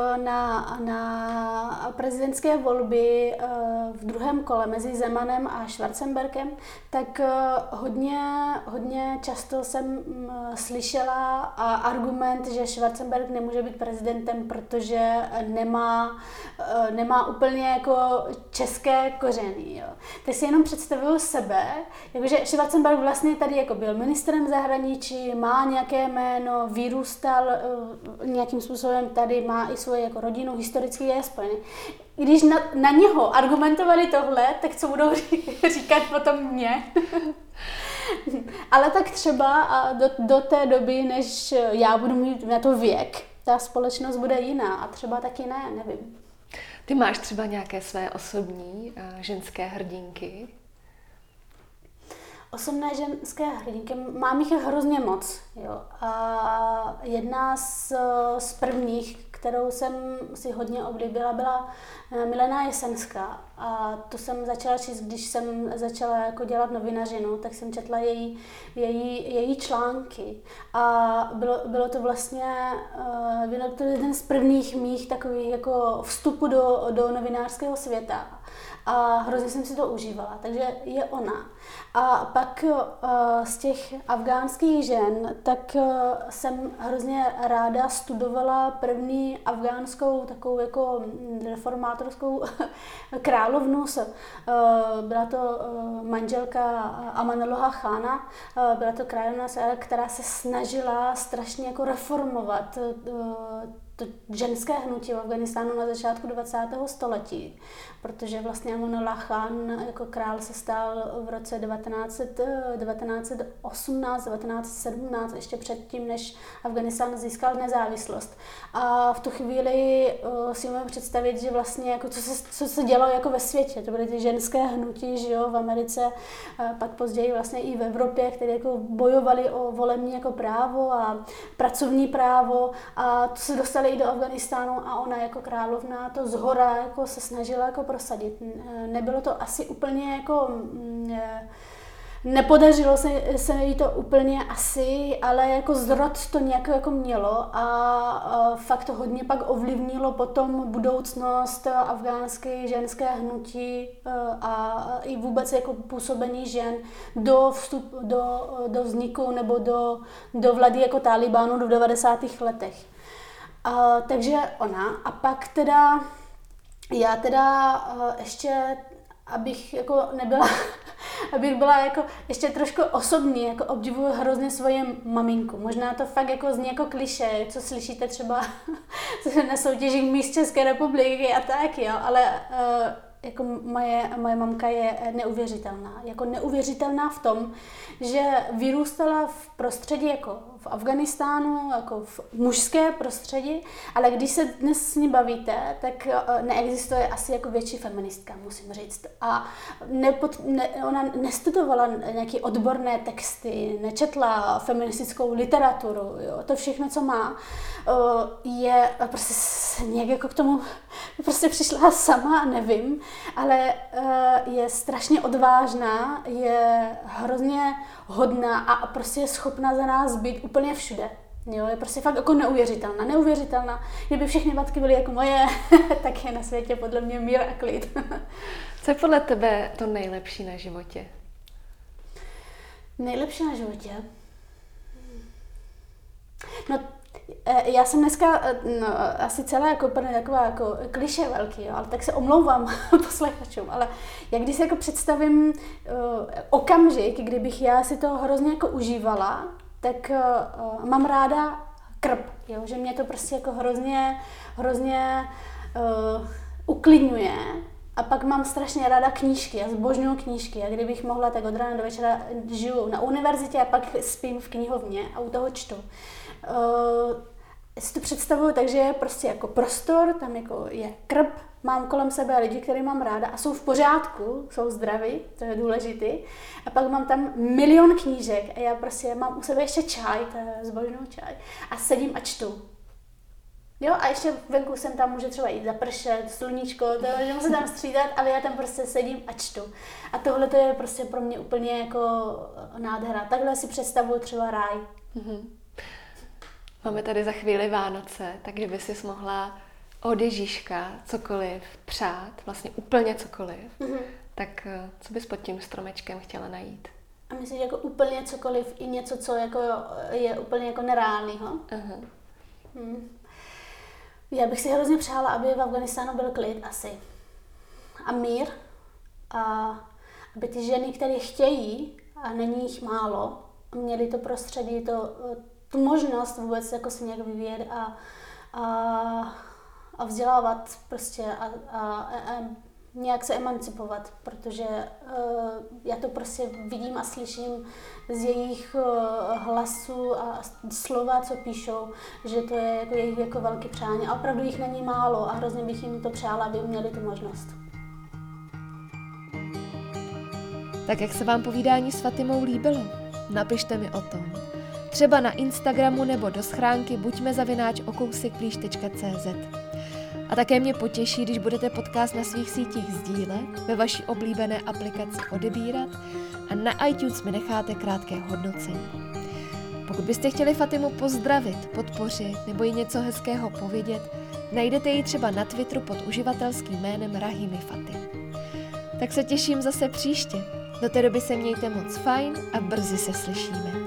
na prezidentské volby v druhém kole mezi Zemanem a Schwarzenbergem, tak hodně často jsem slyšela argument, že Schwarzenberg nemůže být prezidentem, protože nemá úplně jako české kořeny. Jo. Tak si jenom představuju sebe, jakože Schwarzenberg vlastně tady jako byl ministrem zahraničí, má nějaké jméno, vyrůstal nějakým způsobem tady, má i svoji jako rodinu, historicky je spojený. Když na něho argumentovali tohle, tak co budou říkat potom mě? Ale tak třeba do té doby, než já budu mít na to věk, ta společnost bude jiná a třeba taky ne, nevím. Ty máš třeba nějaké své osobní ženské hrdinky? Osobné ženské hrdinky, mám jich hrozně moc. Jo. A jedna z prvních, kterou jsem si hodně oblíbila, byla Milena Jesenská. A to jsem začala číst, když jsem začala jako dělat novinařinu, tak jsem četla její články. A bylo to vlastně bylo to jeden z prvních mých takových jako vstupu do novinářského světa. A hrozně jsem si to užívala, takže je ona. A pak z těch afgánských žen, tak jsem hrozně ráda studovala první afgánskou takovou jako reformátorskou královnu. Byla to manželka Amanullaha Chána, byla to královna, která se snažila strašně jako reformovat to ženské hnutí v Afghánistánu na začátku 20. století, protože vlastně Amanullah Khan jako král se stal v roce 1918, 1917, ještě předtím, než Afghánistán získal nezávislost. A v tu chvíli si můžeme představit, že vlastně jako co se dělo jako ve světě. To byly ty ženské hnutí, že jo, v Americe, pak později vlastně i v Evropě, které jako bojovali o volební jako právo a pracovní právo a to se dostali i do Afghánistánu a ona jako královna to zhora jako se snažila jako prosadit. Nebylo to asi úplně jako nepodařilo se jí to úplně asi, ale jako zrod to nějak jako mělo a fakt to hodně pak ovlivnilo potom budoucnost afgánské ženské hnutí a i vůbec jako působení žen do vzniku nebo do vlády jako Talibánu v 90. letech. Takže ona. A pak teda, já teda ještě, abych jako nebyla, abych byla jako ještě trošku osobní, jako obdivuju hrozně svoje maminku. Možná to fakt jako zní jako klišé, co slyšíte třeba na soutěžích míst České republiky a tak, jo, ale jako moje mamka je neuvěřitelná. Jako neuvěřitelná v tom, že vyrůstala v prostředí jako v Afghánistánu, jako v mužské prostředí, ale když se dnes s ní bavíte, tak neexistuje asi jako větší feministka, musím říct. A ona nestudovala nějaké odborné texty, nečetla feministickou literaturu, jo. To všechno, co má, je prostě nějak jako k tomu prostě přišla sama, nevím, ale je strašně odvážná, je hrozně hodná a prostě je schopná za nás být úplně všude. Jo, je prostě fakt jako neuvěřitelná. Kdyby všechny matky byly jako moje, tak je na světě podle mě mír a klid. Co je podle tebe to nejlepší na životě? Nejlepší na životě? No, já jsem dneska asi celá jako taková jako klišé velký, jo, ale tak se omlouvám posluchačům, ale jak když si jako představím okamžik, kdybych já si to hrozně jako užívala, tak mám ráda krb, jo, že mě to prostě jako hrozně uklidňuje. A pak mám strašně ráda knížky, já zbožňuju knížky a kdybych mohla, tak od rána do večera žiju na univerzitě a pak spím v knihovně a u toho čtu. Si to představuju, takže je prostě jako prostor, tam jako je krb, mám kolem sebe lidi, které mám ráda a jsou v pořádku, jsou zdraví, to je důležité. A pak mám tam milion knížek a já prostě mám u sebe ještě čaj, to je zbožňuju čaj a sedím a čtu. Jo, a ještě venku jsem tam může třeba jít zapršet, sluníčko, že se tam střídat, ale já tam prostě sedím a čtu. A tohle to je prostě pro mě úplně jako nádhera. Takhle si představuju třeba ráj. Mm-hmm. Máme tady za chvíli Vánoce, tak kdyby jsi mohla od Ježíška cokoliv přát, vlastně úplně cokoliv, tak co bys pod tím stromečkem chtěla najít? A myslíš jako úplně cokoliv i něco, co jako je úplně jako nereálného? Já bych si hrozně přála, aby v Afghánistánu byl klid asi. A mír. A aby ty ženy, které chtějí, a není jich málo, měly to prostředí, tu možnost vůbec jako se nějak vyvíjet a vzdělávat prostě a nějak se emancipovat, protože já to prostě vidím a slyším z jejich hlasů a slova, co píšou, že to je jako jejich jako velké přání a opravdu jich není málo a hrozně bych jim to přála, aby měli tu možnost. Tak jak se vám povídání s Fatimou líbilo? Napište mi o tom. Třeba na Instagramu nebo do schránky buďme@okousekblíž.cz. A také mě potěší, když budete podcast na svých sítích sdílet, ve vaší oblíbené aplikaci odebírat a na iTunes mi necháte krátké hodnocení. Pokud byste chtěli Fatimu pozdravit, podpořit nebo jí něco hezkého povědět, najdete ji třeba na Twitteru pod uživatelským jménem Rahimi Faty. Tak se těším zase příště. Do té doby se mějte moc fajn a brzy se slyšíme.